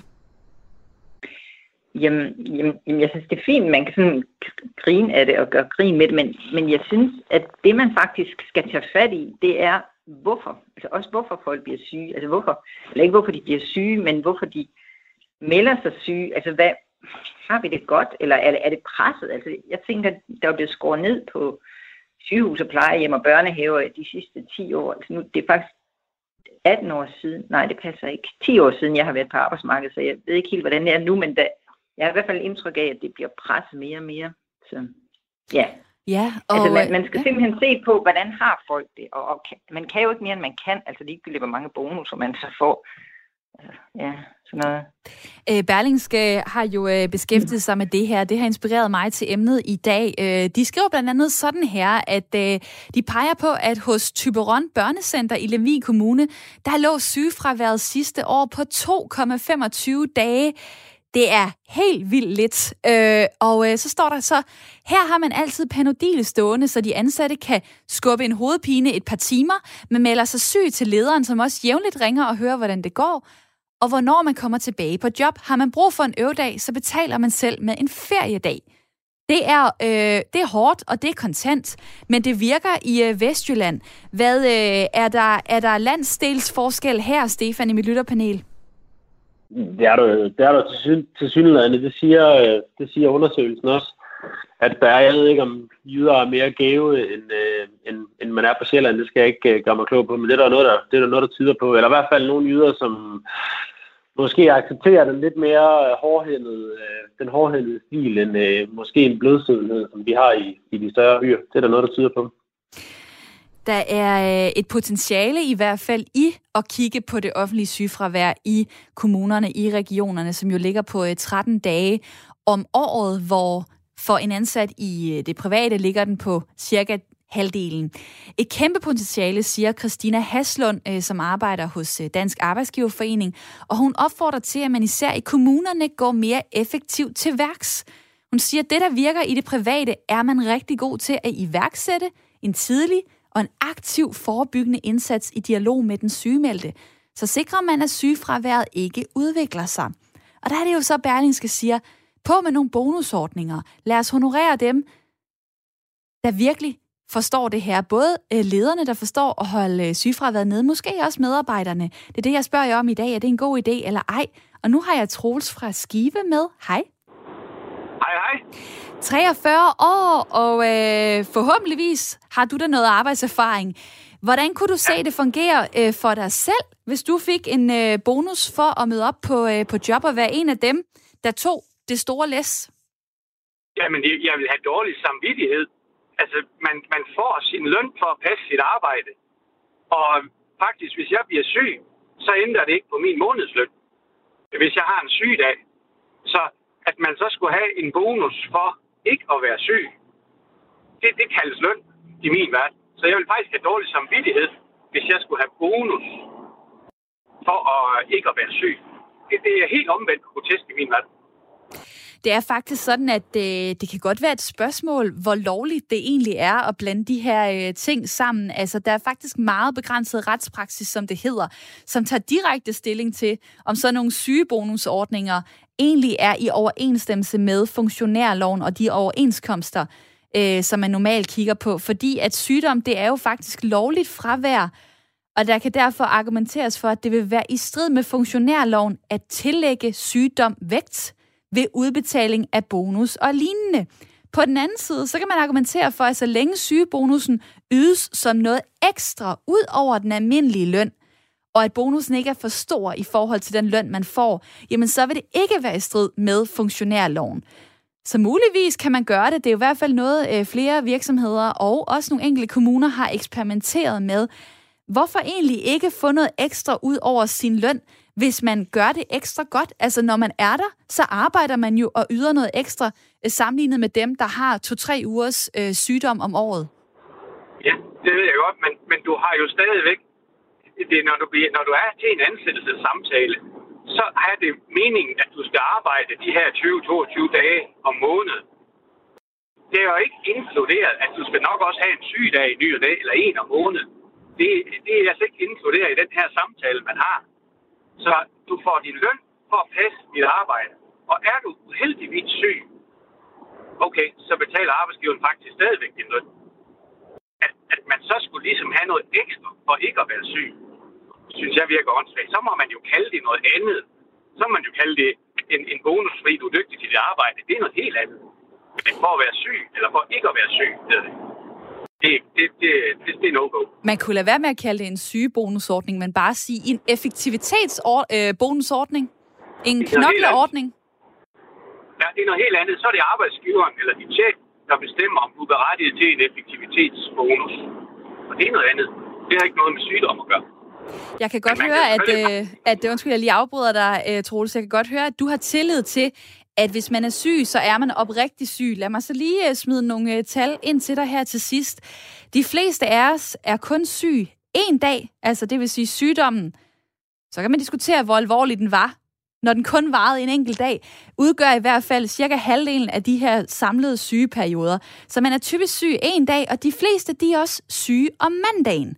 Speaker 2: Jamen, jamen, jamen, jeg synes, det er fint, man kan sådan grine af det og gøre grin med det, men, men jeg synes, at det, man faktisk skal tage fat i, det er, hvorfor. Altså også hvorfor folk bliver syge. Altså hvorfor, eller ikke hvorfor de bliver syge, men hvorfor de melder sig syge. Altså hvad, har vi det godt, eller er det, er det presset? Altså jeg tænker, der er blevet skåret ned på sygehus og plejehjem og børnehaver de sidste ti år. Altså nu, det er faktisk atten år siden, nej det passer ikke, ti år siden jeg har været på arbejdsmarkedet, så jeg ved ikke helt, hvordan det er nu, men da, jeg har i hvert fald indtryk af, at det bliver presset mere og mere. Så ja.
Speaker 1: Ja, og
Speaker 2: altså, man, man skal
Speaker 1: ja.
Speaker 2: simpelthen se på, hvordan har folk det, og, og kan, man kan jo ikke mere, end man kan, altså ligegyldigt, hvor mange bonusser man så får. Altså, ja, sådan noget.
Speaker 1: Øh, Berlingske har jo øh, beskæftiget sig med det her. Det har inspireret mig til emnet i dag. Øh, de skriver blandt andet sådan her, at øh, de peger på, at hos Thyborøn Børnecenter i Lemvig Kommune, der lå sygefraværet sidste år på to komma femogtyve dage. Det er helt vildt lidt. Øh, og øh, så står der så, her har man altid Panodil stående, så de ansatte kan skubbe en hovedpine et par timer, men melder sig syg til lederen, som også jævnligt ringer og hører, hvordan det går. Og hvornår man kommer tilbage på job, har man brug for en øvedag, så betaler man selv med en feriedag. Det er, øh, det er hårdt, og det er kontant, men det virker i øh, Vestjylland. Hvad øh, er der, er der landsdelsforskel her, Stefan, i mit lytterpanel?
Speaker 3: Det er der, det er der til, til synligheden. Det siger, det siger undersøgelsen også, at der er, jeg ved ikke, om jyder er mere gave, end, øh, end, end man er på Sjælland. Det skal jeg ikke gøre mig klog på, men det er der noget, der, det er der noget, der tyder på. Eller i hvert fald nogle jyder, som måske accepterer den lidt mere hårdhændede, øh, den hårdhændede stil, end øh, måske en blødsødenhed, som vi har i, i de større byer. Det er der noget, der tyder på.
Speaker 1: Der er et potentiale i hvert fald i at kigge på det offentlige sygefravær i kommunerne, i regionerne, som jo ligger på tretten dage om året, hvor for en ansat i det private ligger den på cirka halvdelen. Et kæmpe potentiale, siger Christina Haslund, som arbejder hos Dansk Arbejdsgiverforening, og hun opfordrer til, at man især i kommunerne går mere effektivt til værks. Hun siger, at det, der virker i det private, er man rigtig god til at iværksætte en tidlig og en aktiv forebyggende indsats i dialog med den sygemeldte, så sikrer man, at sygefraværet ikke udvikler sig. Og der er det jo så, Berlingske siger, på med nogle bonusordninger. Lad os honorere dem, der virkelig forstår det her. Både lederne, der forstår at holde sygefraværet nede, måske også medarbejderne. Det er det, jeg spørger jer om i dag. Er det en god idé eller ej? Og nu har jeg Troels fra Skive med. Hej.
Speaker 8: Hej, hej.
Speaker 1: treogfyrre år, og øh, forhåbentligvis har du da noget arbejdserfaring. Hvordan kunne du se det fungere øh, for dig selv, hvis du fik en øh, bonus for at møde op på, øh, på job og være en af dem, der tog det store læs?
Speaker 8: Jamen, jeg vil have dårlig samvittighed. Altså, man, man får sin løn for at passe sit arbejde. Og faktisk, hvis jeg bliver syg, så ændrer det ikke på min månedsløn. Hvis jeg har en sygedag, så at man så skulle have en bonus for ikke at være syg, det, det kaldes løn i min verden. Så jeg vil faktisk have dårlig samvittighed, hvis jeg skulle have bonus for at ikke at være syg. Det, det er helt omvendt grotesk i min verden.
Speaker 1: Det er faktisk sådan, at øh, det kan godt være et spørgsmål, hvor lovligt det egentlig er at blande de her øh, ting sammen. Altså, der er faktisk meget begrænset retspraksis, som det hedder, som tager direkte stilling til, om sådan nogle sygebonusordninger egentlig er i overensstemmelse med funktionærloven og de overenskomster, øh, som man normalt kigger på. Fordi at sygdom, det er jo faktisk lovligt fravær, og der kan derfor argumenteres for, at det vil være i strid med funktionærloven at tillægge sygdom vægt ved udbetaling af bonus og lignende. På den anden side, så kan man argumentere for, at så længe sygebonusen ydes som noget ekstra ud over den almindelige løn, og at bonusen ikke er for stor i forhold til den løn, man får, jamen så vil det ikke være i strid med funktionærloven. Så muligvis kan man gøre det. Det er jo i hvert fald noget, flere virksomheder og også nogle enkelte kommuner har eksperimenteret med. Hvorfor egentlig ikke få noget ekstra ud over sin løn, hvis man gør det ekstra godt? Altså, når man er der, så arbejder man jo og yder noget ekstra sammenlignet med dem, der har to-tre ugers øh, sygdom om året.
Speaker 8: Ja, det ved jeg godt, men, men du har jo stadigvæk, det, når, du, når du er til en ansættelsessamtale, så er det meningen, at du skal arbejde de her tyve til toogtyve dage om måneden, det er jo ikke inkluderet, at du skal nok også have en sygedag i ny og dag, eller en om måneden. Det, det er altså ikke inkluderet i den her samtale, man har. Så du får din løn for at passe dit arbejde. Og er du uheldigvis syg, okay, så betaler arbejdsgiveren faktisk stadigvæk din løn. At, at man så skulle ligesom have noget ekstra for ikke at være syg, synes jeg virker åndssvagt. Så må man jo kalde det noget andet. Så må man jo kalde det en, en bonus, fordi du er dygtig til dit arbejde. Det er noget helt andet. Men for at være syg, eller for ikke at være syg, det, det, det, det, det, det er no-go.
Speaker 1: Man kunne lade være med at kalde det en sygebonusordning, men bare sige en effektivitetsbonusordning. En knokleordning.
Speaker 8: Ja, det er noget helt andet. Så er det arbejdsgiveren eller din chef, der bestemmer, om du er berettiget til en effektivitetsbonus. Og det er noget andet. Det har ikke noget med sygdom at gøre.
Speaker 1: Jeg kan godt høre, at, øh, at det undskyld, jeg lige afbryder dig, øh, Troels. Jeg kan godt høre, at du har tillid til, at hvis man er syg, så er man oprigtig syg. Lad mig så lige uh, smide nogle uh, tal ind til dig her til sidst. De fleste af os er kun syg en dag, altså det vil sige sygdommen. Så kan man diskutere, hvor alvorlig den var. Når den kun varede en enkelt dag, udgør i hvert fald cirka halvdelen af de her samlede sygeperioder. Så man er typisk syg en dag, og de fleste de er også syge om mandagen.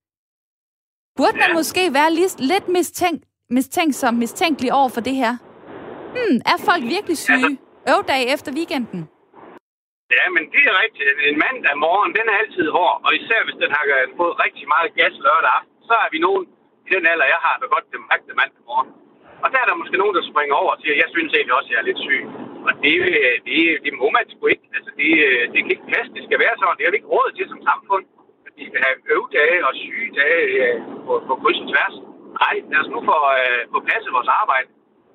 Speaker 1: Burde man måske være lidt mistænkt, mistænksom, mistænkelig over for det her? Hmm, er folk virkelig syge? Øvdag efter weekenden?
Speaker 8: Ja, men det er rigtigt. En mandag morgen, den er altid hård. Og især hvis den har fået rigtig meget gas lørdag aften, så er vi nogen i den alder, jeg har, der godt kan mærke det mandag morgen. Og der er der måske nogen, der springer over og siger, jeg synes egentlig også, at jeg er lidt syg. Og det, det, det må man sgu ikke. Altså, det, det kan ikke passe. Det skal være sådan. Det har vi ikke råd til som samfund. At vi skal have øvedage og sygedage på, på kryds og tværs. Nej, lad os nu få, uh, få passet vores arbejde.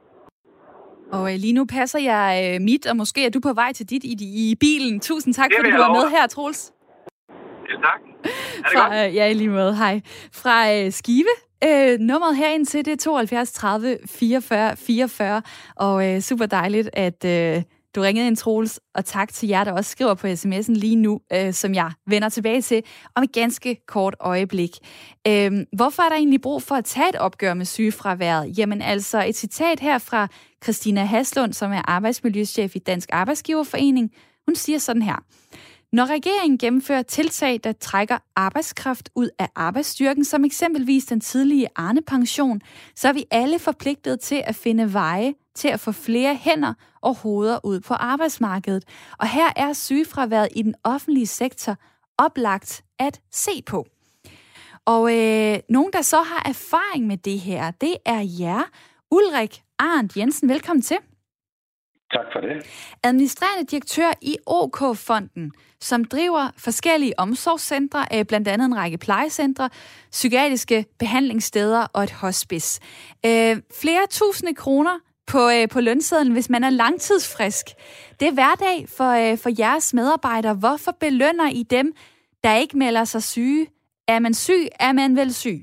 Speaker 1: Og øh, lige nu passer jeg øh, mit, og måske er du på vej til dit i, i bilen. Tusind tak, fordi du var med her, Troels.
Speaker 8: Ja, tak. Er det
Speaker 1: Fra,
Speaker 8: godt?
Speaker 1: Øh, ja, i lige måde. Hej. Fra øh, Skive. Øh, nummeret herind til det er tooghalvfjerds tredive fireogfyrre fireogfyrre. Og øh, super dejligt, at øh, du ringede ind, Troels. Og tak til jer, der også skriver på sms'en lige nu, øh, som jeg vender tilbage til om et ganske kort øjeblik. Øh, hvorfor er der egentlig brug for at tage et opgør med sygefraværet? Jamen altså et citat her fra Christina Haslund, som er arbejdsmiljøchef i Dansk Arbejdsgiverforening. Hun siger sådan her. Når regeringen gennemfører tiltag, der trækker arbejdskraft ud af arbejdsstyrken, som eksempelvis den tidlige Arne-pension, så er vi alle forpligtet til at finde veje til at få flere hænder og hoveder ud på arbejdsmarkedet. Og her er sygefraværet i den offentlige sektor oplagt at se på. Og øh, nogen, der så har erfaring med det her, det er jer. Ulrik Arndt Jensen, velkommen til.
Speaker 9: Tak for det.
Speaker 1: Administrerende direktør i O K-fonden, som driver forskellige omsorgscentre, blandt andet en række plejecentre, psykiatriske behandlingssteder og et hospice. Flere tusinde kroner på, på lønsedlen, hvis man er langtidsfrisk. Det er hverdag for, for jeres medarbejdere. Hvorfor belønner I dem, der ikke melder sig syge? Er man syg, er man vel syg?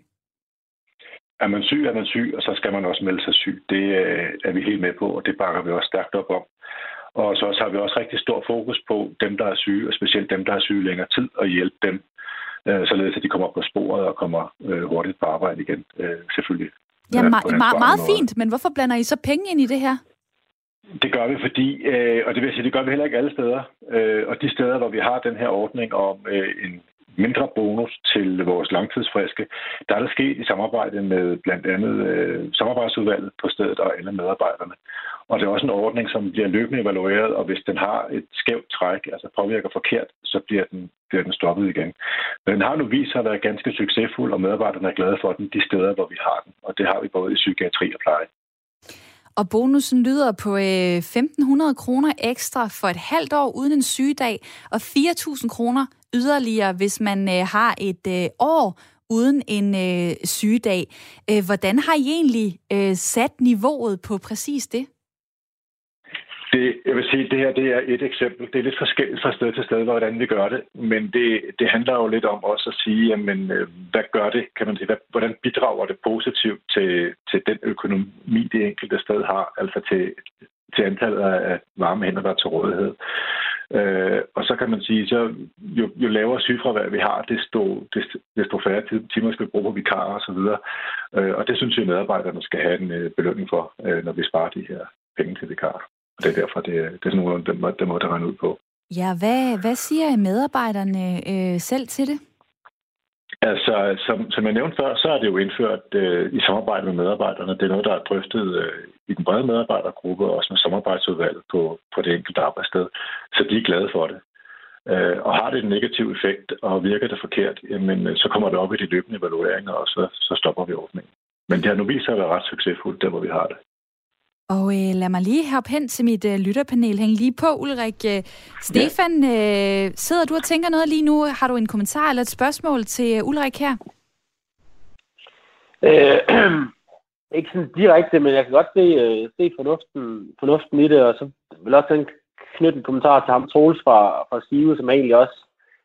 Speaker 9: Er man syg, er man syg, og så skal man også melde sig syg. Det er vi helt med på, og det bakker vi også stærkt op om. Og så har vi også rigtig stor fokus på dem, der er syge, og specielt dem, der er syge længere tid, og hjælpe dem, således at de kommer på sporet og kommer hurtigt på arbejde igen, selvfølgelig.
Speaker 1: Ja, me- me- meget fint, men hvorfor blander I så penge ind i det her?
Speaker 9: Det gør vi, fordi, og det vil sige, det gør vi heller ikke alle steder. Og de steder, hvor vi har den her ordning om en mindre bonus til vores langtidsfriske, der er der sket i samarbejde med blandt andet øh, samarbejdsudvalget på stedet og alle medarbejderne. Og det er også en ordning, som bliver løbende evalueret, og hvis den har et skævt træk, altså påvirker forkert, så bliver den, bliver den stoppet igen. Men den har nu vist sig at være ganske succesfuld, og medarbejderne er glade for den de steder, hvor vi har den. Og det har vi både i psykiatri og pleje.
Speaker 1: Og bonusen lyder på øh, femten hundrede kroner ekstra for et halvt år uden en sygedag, og fire tusind kroner yderligere, hvis man øh, har et øh, år uden en øh, sygedag. Øh, hvordan har I egentlig øh, sat niveauet på præcis det?
Speaker 9: Det, jeg vil sige, at det her det er et eksempel. Det er lidt forskelligt fra sted til sted, hvordan vi gør det. Men det, det handler jo lidt om også at sige, jamen, hvad gør det, kan man sige, hvad, hvordan bidrager det positivt til, til den økonomi, det enkelte sted har, altså til, til antallet af varme hænder, der er til rådighed. Øh, og så kan man sige, så jo, jo lavere sygefravær vi har, desto, desto, desto færre timer skal vi bruge på vikarer og så videre. Øh, og det synes jeg, medarbejderne skal have en øh, belønning for, øh, når vi sparer de her penge til vikar. Og det er derfor, det, det er sådan nogle den, den måde, der regner ud på.
Speaker 1: Ja, hvad, hvad siger medarbejderne øh, selv til det?
Speaker 9: Altså, som, som jeg nævnte før, så er det jo indført øh, i samarbejde med medarbejderne. Det er noget, der er drøftet øh, i den brede medarbejdergruppe, og også med samarbejdsudvalget på, på det enkelte arbejdssted. Så de er glade for det. Øh, og har det en negativ effekt, og virker det forkert, jamen, så kommer det op i de løbende evalueringer, og så, så stopper vi ordningen. Men det har nu vist sig at være ret succesfuldt, der hvor vi har det. Og
Speaker 1: øh, lad mig lige hoppe hen til mit øh, lytterpanel. Hæng lige på, Ulrik. Øh, Stefan, øh, sidder du og tænker noget lige nu? Har du en kommentar eller et spørgsmål til øh, Ulrik her?
Speaker 3: Øh, ikke sådan direkte, men jeg kan godt se, øh, se fornuften, fornuften i det, og så vil jeg også knytte en kommentar til ham, Troels fra, fra Skive, som egentlig også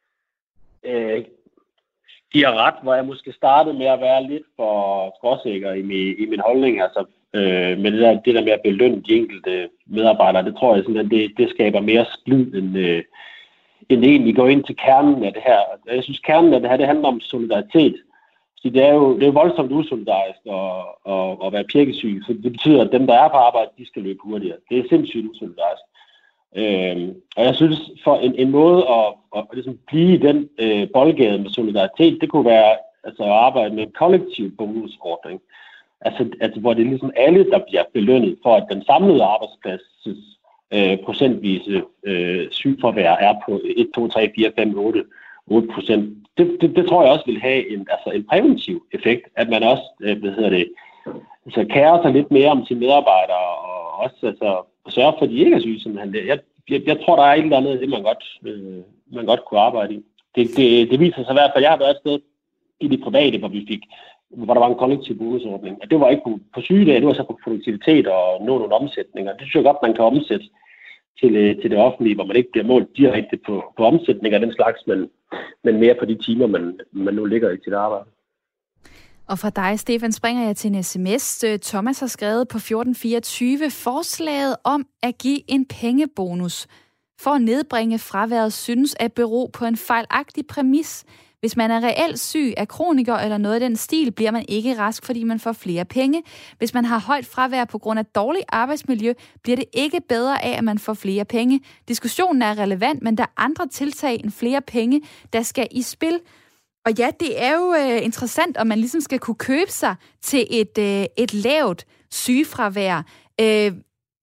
Speaker 3: øh, giver ret, hvor jeg måske startede med at være lidt for skråsikker i min, i min holdning, altså Øh, men det der, det der med at belønne de enkelte medarbejdere, det tror jeg sådan, det, det skaber mere splid, end, øh, end det egentlig går ind til kernen af det her. Jeg synes, kernen af det her, det handler om solidaritet. Så det er jo, det er jo voldsomt usolidarisk at, at, at være pirkesyg, for det betyder, at dem, der er på arbejde, de skal løbe hurtigere. Det er sindssygt usolidarisk. Øh, og jeg synes, for en, en måde at, at, at ligesom blive i den øh, boldgade med solidaritet, det kunne være altså, at arbejde med en kollektiv bonusordning. Altså, altså, hvor det er ligesom alle, der bliver belønnet for, at den samlede arbejdsplads øh, procentvise øh, sygefravær er på et, to, tre, fire, fem, otte, otte procent. Det, det, det tror jeg også vil have en, altså en præventiv effekt, at man også øh, hvad hedder det, altså, kærer sig lidt mere om sine medarbejdere, og også altså, sørge for, at de ikke er syge, som han det. Jeg, jeg, jeg tror, der er et eller andet, det man godt, øh, man godt kunne arbejde i. Det, det, det viser sig i hvert fald, jeg har været et sted i det private, hvor vi fik hvor der var en kollektiv bonusordning. Og det var ikke på, på sygedage, det var så på produktivitet og nå nogle omsætninger. Det synes jeg godt, man kan omsætte til, til det offentlige, hvor man ikke bliver målt direkte på, på omsætninger af den slags, men, men mere på de timer, man, man nu ligger i sit arbejde.
Speaker 1: Og fra dig, Stefan, springer jeg til en sms. Thomas har skrevet på fjorten fireogtyve forslaget om at give en pengebonus for at nedbringe fraværet synes at bero på en fejlagtig præmis. Hvis man er reelt syg, er kroniker eller noget af den stil, bliver man ikke rask, fordi man får flere penge. Hvis man har højt fravær på grund af dårligt arbejdsmiljø, bliver det ikke bedre af, at man får flere penge. Diskussionen er relevant, men der er andre tiltag end flere penge, der skal i spil. Og ja, det er jo øh, interessant, om man ligesom skal kunne købe sig til et, øh, et lavt sygefravær. Øh,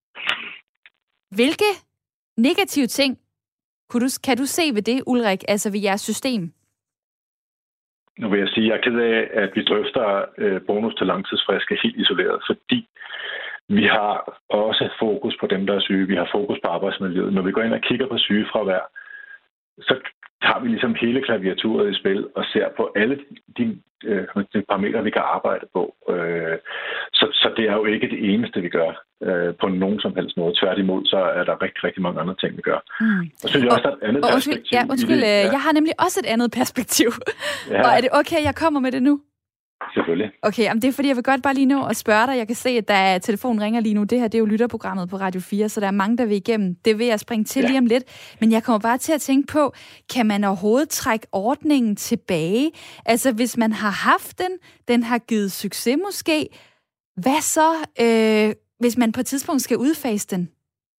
Speaker 1: hvilke negative ting kunne du, kan du se ved det, Ulrik, altså ved jeres system?
Speaker 9: Nu vil jeg sige, at jeg er ked af, at vi drøfter øh, bonus til langtidsfriske helt isoleret, fordi vi har også fokus på dem, der er syge. Vi har fokus på arbejdsmiljøet. Når vi går ind og kigger på sygefravær, så tager vi ligesom hele klaviaturet i spil og ser på alle de, øh, de parametre, vi kan arbejde på. Øh, så, så det er jo ikke det eneste, vi gør øh, på nogen som helst måde. Tværtimod, så er der rigtig, rigtig mange andre ting, vi gør. Mm. Og så synes jeg også, der er et andet og, perspektiv.
Speaker 1: Ja, undskyld, ja. Jeg har nemlig også et andet perspektiv. Ja. Og er det okay, jeg kommer med det nu?
Speaker 9: Selvfølgelig.
Speaker 1: Okay, jamen det er fordi, jeg vil godt bare lige nå at spørge dig. Jeg kan se, at der er, telefonen ringer lige nu. Det her, det er jo lytterprogrammet på Radio fire, så der er mange, der vil igennem. Det vil jeg springe til ja. lige om lidt. Men jeg kommer bare til at tænke på, kan man overhovedet trække ordningen tilbage? Altså, hvis man har haft den, den har givet succes måske, hvad så, øh, hvis man på et tidspunkt skal udfase den?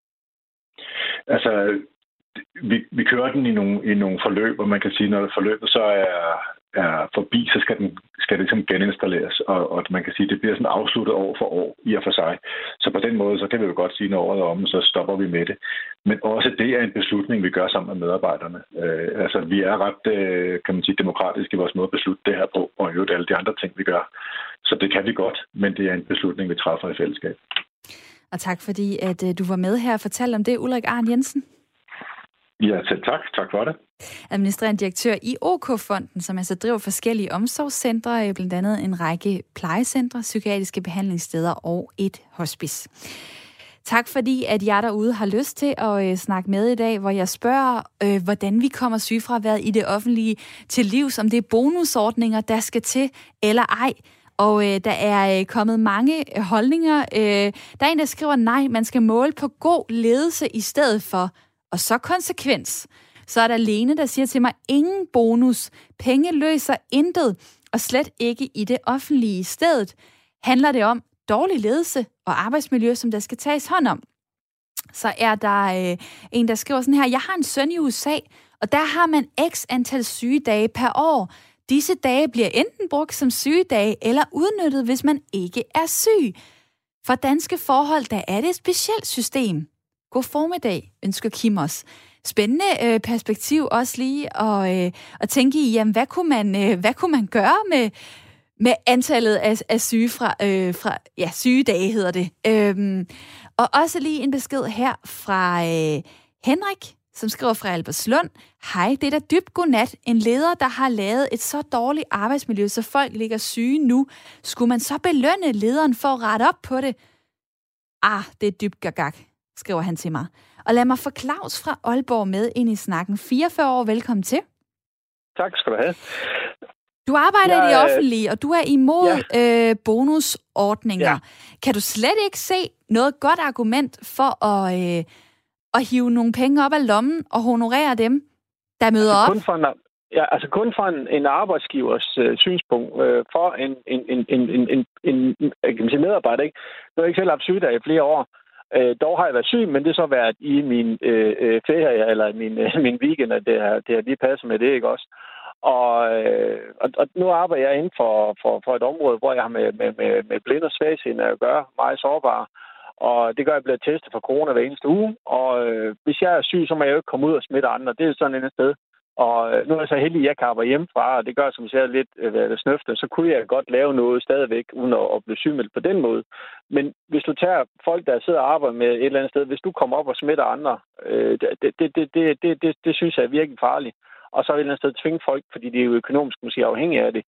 Speaker 9: Altså, vi, vi kører den i nogle, i nogle forløb, og man kan sige, når forløbet så er... er forbi, så skal, den, skal det ligesom geninstalleres, og, og man kan sige, at det bliver sådan afsluttet år for år i og for sig. Så på den måde, så kan vi jo godt sige, når året er om, så stopper vi med det. Men også det er en beslutning, vi gør sammen med medarbejderne. Øh, altså, vi er ret, øh, kan man sige, demokratiske i vores måde at beslutte det her på, og jo alle de andre ting, vi gør. Så det kan vi godt, men det er en beslutning, vi træffer i fællesskab.
Speaker 1: Og tak fordi, at du var med her og fortalte om det, Ulrik Arn Jensen.
Speaker 9: Ja, selv tak. Tak for det.
Speaker 1: Administrerende direktør i O K-fonden, som altså driver forskellige omsorgscentre, blandt andet en række plejecentre, psykiatriske behandlingssteder og et hospice. Tak fordi, at jer derude har lyst til at øh, snakke med i dag, hvor jeg spørger, øh, hvordan vi kommer sygefraværet i det offentlige til livs, om det er bonusordninger, der skal til eller ej. Og øh, der er øh, kommet mange holdninger. Øh, der er en, der skriver, nej, man skal måle på god ledelse i stedet for, og så konsekvens. Så er der Lene, der siger til mig, ingen bonus. Penge løser intet, og slet ikke i det offentlige. I stedet handler det om dårlig ledelse og arbejdsmiljø, som der skal tages hånd om. Så er der øh, en, der skriver sådan her: jeg har en søn i U S A, og der har man x antal sygedage per år. Disse dage bliver enten brugt som sygedage eller udnyttet, hvis man ikke er syg. For danske forhold, der er det et specielt system. God formiddag, ønsker Kim os. Spændende øh, perspektiv også lige at, øh, at tænke i, jamen, hvad kunne man, øh, hvad kunne man gøre med, med antallet af, af syge fra, øh, fra ja, sygedage, hedder det. Øhm, og også lige en besked her fra øh, Henrik, som skriver fra Albertslund. Hej, det er da dybt godnat. En leder, der har lavet et så dårligt arbejdsmiljø, så folk ligger syge nu. Skulle man så belønne lederen for at rette op på det? Ah, det er dybt gagag, skriver han til mig. Og lad mig få Claus fra Aalborg med ind i snakken. fireogfyrre år, velkommen til.
Speaker 10: Tak skal du have.
Speaker 1: Du arbejder
Speaker 10: jeg,
Speaker 1: i det offentlige, og du er imod
Speaker 10: ja.
Speaker 1: øh, bonusordninger. Ja. Kan du slet ikke se noget godt argument for at, øh, at hive nogle penge op af lommen og honorere dem, der møder
Speaker 10: altså,
Speaker 1: op?
Speaker 10: Kun for en, ja, altså kun fra en, en arbejdsgivers øh, synspunkt øh, for en, en, en, en, en, en, en kan man sige, medarbejder. Ikke? Nu har jeg ikke selv haft sygedage i flere år. Øh, dog har jeg været syg, men det har så været i min øh, ferie eller min, øh, min weekend, at det har, det har lige passet med det, ikke også? Og, øh, og, og nu arbejder jeg inden for, for, for et område, hvor jeg har med, med, med, med blinde og svagtseende at gøre, meget sårbare. Og det gør, at jeg bliver testet for corona hver eneste uge. Og øh, hvis jeg er syg, så må jeg jo ikke komme ud og smitte andre. Det er sådan et andet sted. Og nu er jeg så heldig, at jeg kan arbejde hjemmefra, og det gør, som jeg siger, lidt øh, snøfte. Så kunne jeg godt lave noget stadigvæk, uden at, at blive sygemeldt på den måde. Men hvis du tager folk, der sidder og arbejder med et eller andet sted, hvis du kommer op og smitter andre, øh, det, det, det, det, det, det, det synes jeg er virkelig farligt. Og så er et eller andet sted tvinge folk, fordi de er jo økonomisk måske afhængige af det.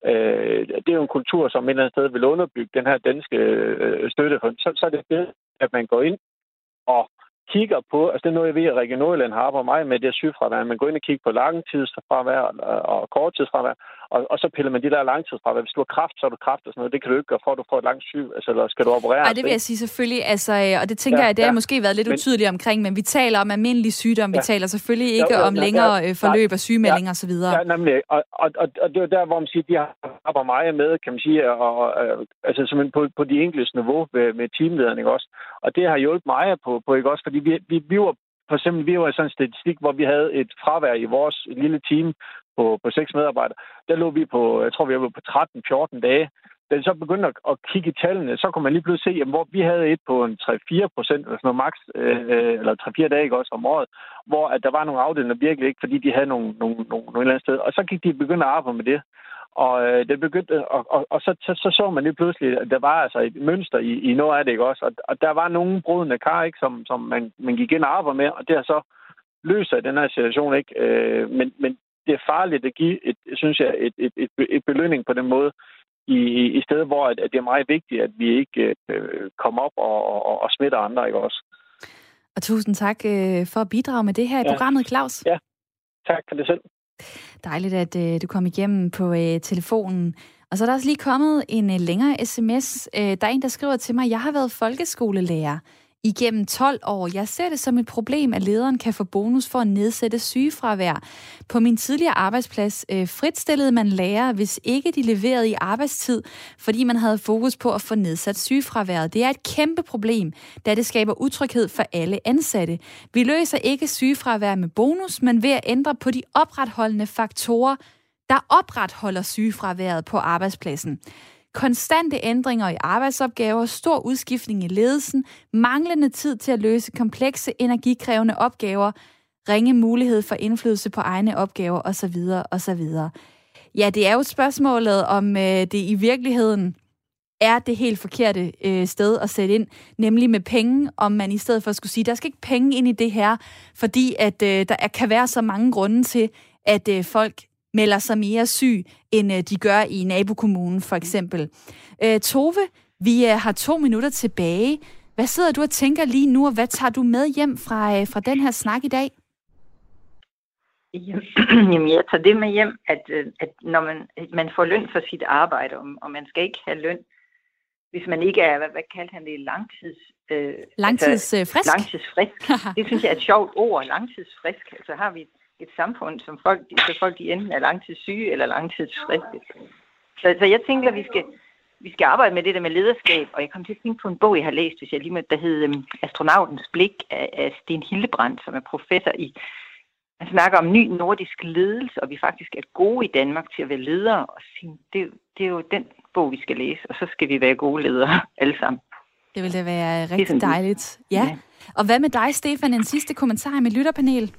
Speaker 10: Øh, det er jo en kultur, som et eller andet sted vil underbygge den her danske øh, støtte. Så, så er det bedre, at man går ind og kigger på, altså det er noget, jeg ved, at Region Nordjylland har arbejdet meget med, det er sygefravær. Man går ind og kigger på langtidsfravær og korttidsfravær, og, og så piller man de der langtidsfravær. Hvis du har kræft, så har du kræft og sådan noget. Det kan du ikke gøre, for at du får et langt syg, altså eller skal du operere.
Speaker 1: Nej, det vil jeg sige selvfølgelig, altså, og det tænker ja, jeg, det har ja. måske været lidt men, utydeligt omkring, men vi taler om almindelig sygdom, ja. vi taler selvfølgelig ikke ja, ja, om længere ja, ja, forløb og sygemeldinger
Speaker 10: ja,
Speaker 1: osv.
Speaker 10: Ja, nemlig, og, og, og, og det er der, hvor man siger, de har arbejdet meget med, kan man sige, og, og, altså simpelthen på, på de enkelte niveau med, med teamlederen, ikke også? Og det har hjulpet mig på, på ikke også, fordi vi, vi, vi var for eksempel, vi var i sådan en statistik, hvor vi havde et fravær i vores lille team på, på seks medarbejdere. Der lå vi på, jeg tror, vi var på tretten fjorten dage. Da vi så begyndte at, at kigge i tallene, så kunne man lige pludselig se, jamen, hvor vi havde et på en tre til fire procent, eller sådan noget max, øh, eller tre til fire dage ikke, også om året, hvor at der var nogle afdelinger virkelig ikke, fordi de havde nogle, nogle, nogle, nogle et eller andet sted. Og så gik de begyndt at arbejde med det. Og øh, det begyndte, og, og, og så, så, så så man lige pludselig, at der var altså et mønster i, i noget af det, ikke også? Og, og der var nogle brudende kar, ikke, som, som man, man gik ind og arbejdede med, og det har så løst i den her situation, ikke? Øh, men, men det er farligt at give, et, synes jeg, et, et, et, et belønning på den måde, i, i stedet hvor at, at det er meget vigtigt, at vi ikke øh, kommer op og, og, og smitter andre, ikke også?
Speaker 1: Og tusind tak øh, for at bidrage med det her i ja. programmet, Claus.
Speaker 10: Ja, tak for det selv.
Speaker 1: Dejligt, at øh, du kom igennem på øh, telefonen. Og så er der også lige kommet en øh, længere sms. Øh, der er en, der skriver til mig: jeg har været folkeskolelærer igennem tolv år. Jeg ser det som et problem, at lederen kan få bonus for at nedsætte sygefravær. På min tidligere arbejdsplads øh, fritstillede man lærere, hvis ikke de leverede i arbejdstid, fordi man havde fokus på at få nedsat sygefraværet. Det er et kæmpe problem, da det skaber utryghed for alle ansatte. Vi løser ikke sygefravær med bonus, men ved at ændre på de opretholdende faktorer, der opretholder sygefraværet på arbejdspladsen. Konstante ændringer i arbejdsopgaver, stor udskiftning i ledelsen, manglende tid til at løse komplekse, energikrævende opgaver, ringe mulighed for indflydelse på egne opgaver osv. osv. Ja, det er jo spørgsmålet, om øh, det i virkeligheden er det helt forkerte øh, sted at sætte ind, nemlig med penge, om man i stedet for skulle sige, der skal ikke penge ind i det her, fordi at øh, der kan være så mange grunde til, at øh, folk melder sig mere syg, end de gør i nabokommunen for eksempel. Øh, Tove, vi har to minutter tilbage. Hvad sidder du og tænker lige nu, og hvad tager du med hjem fra, fra den her snak i dag?
Speaker 2: Jamen, jeg tager det med hjem, at, at når man, man får løn for sit arbejde, og man skal ikke have løn, hvis man ikke er, hvad, hvad kaldte han det, langtids... Øh,
Speaker 1: langtidsfrisk?
Speaker 2: Altså, langtidsfrisk. Det synes jeg er et sjovt ord, langtidsfrisk. Altså har vi et samfund, som folk, så folk de enten er langtidssyge eller langtidsfriske. Så, så jeg tænker, at vi skal, vi skal arbejde med det der med lederskab, og jeg kom til at tænke på en bog, jeg har læst, hvis jeg lige med, der hed um, Astronautens blik af, af Sten Hildebrandt, som er professor i. Han snakker om ny nordisk ledelse, og vi faktisk er gode i Danmark til at være ledere. Og sige, det, det er jo den bog, vi skal læse, og så skal vi være gode ledere alle sammen.
Speaker 1: Det vil da være rigtig dejligt. Ja. ja. Og hvad med dig, Stefan? En sidste kommentar med lytterpanel.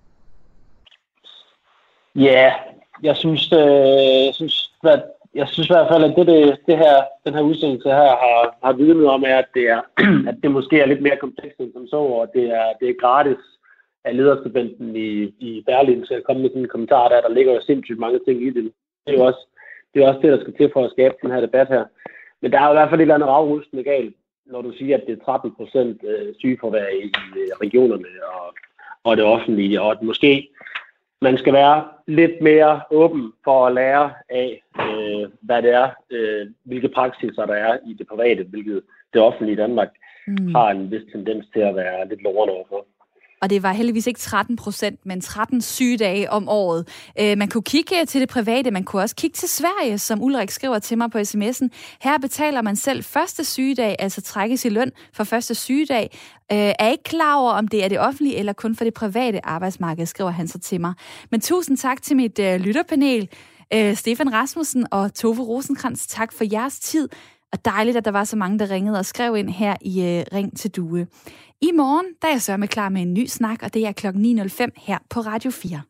Speaker 3: Ja, jeg synes, øh, jeg synes, at Jeg synes i hvert fald, at det, det, det her, den her udsendelse her har, har vidnet om, er, at det, er, at det måske er lidt mere komplekst end som så, og det er, det er gratis af lederskribenten i, i Berlin, så jeg kommer med sådan en kommentar der, der ligger jo sindssygt mange ting i det. Det er jo også det, er også det der skal til for at skabe den her debat her. Men der er jo i hvert fald et eller andet ravrustende galt, når du siger, at det er tretten procent sygefravær i, i regionerne og, og det offentlige, og at måske man skal være lidt mere åben for at lære af, øh, hvad det er, øh, hvilke praksiser der er i det private, hvilket det offentlige i Danmark mm. har en vis tendens til at være lidt lorende overfor.
Speaker 1: Og det var heldigvis ikke tretten procent, men tretten sygedage om året. Øh, man kunne kigge til det private, man kunne også kigge til Sverige, som Ulrik skriver til mig på sms'en. Her betaler man selv første sygedag, altså trækkes i løn for første sygedag. Øh, er ikke klar over, om det er det offentlige eller kun for det private arbejdsmarked, skriver han så til mig. Men tusind tak til mit øh, lytterpanel, øh, Stefan Rasmussen og Tove Rosenkrantz. Tak for jeres tid. Og dejligt, at der var så mange, der ringede og skrev ind her i øh, Ring til Due. I morgen der er jeg sørme klar med en ny snak, og det er klokken ni nul fem her på Radio fire.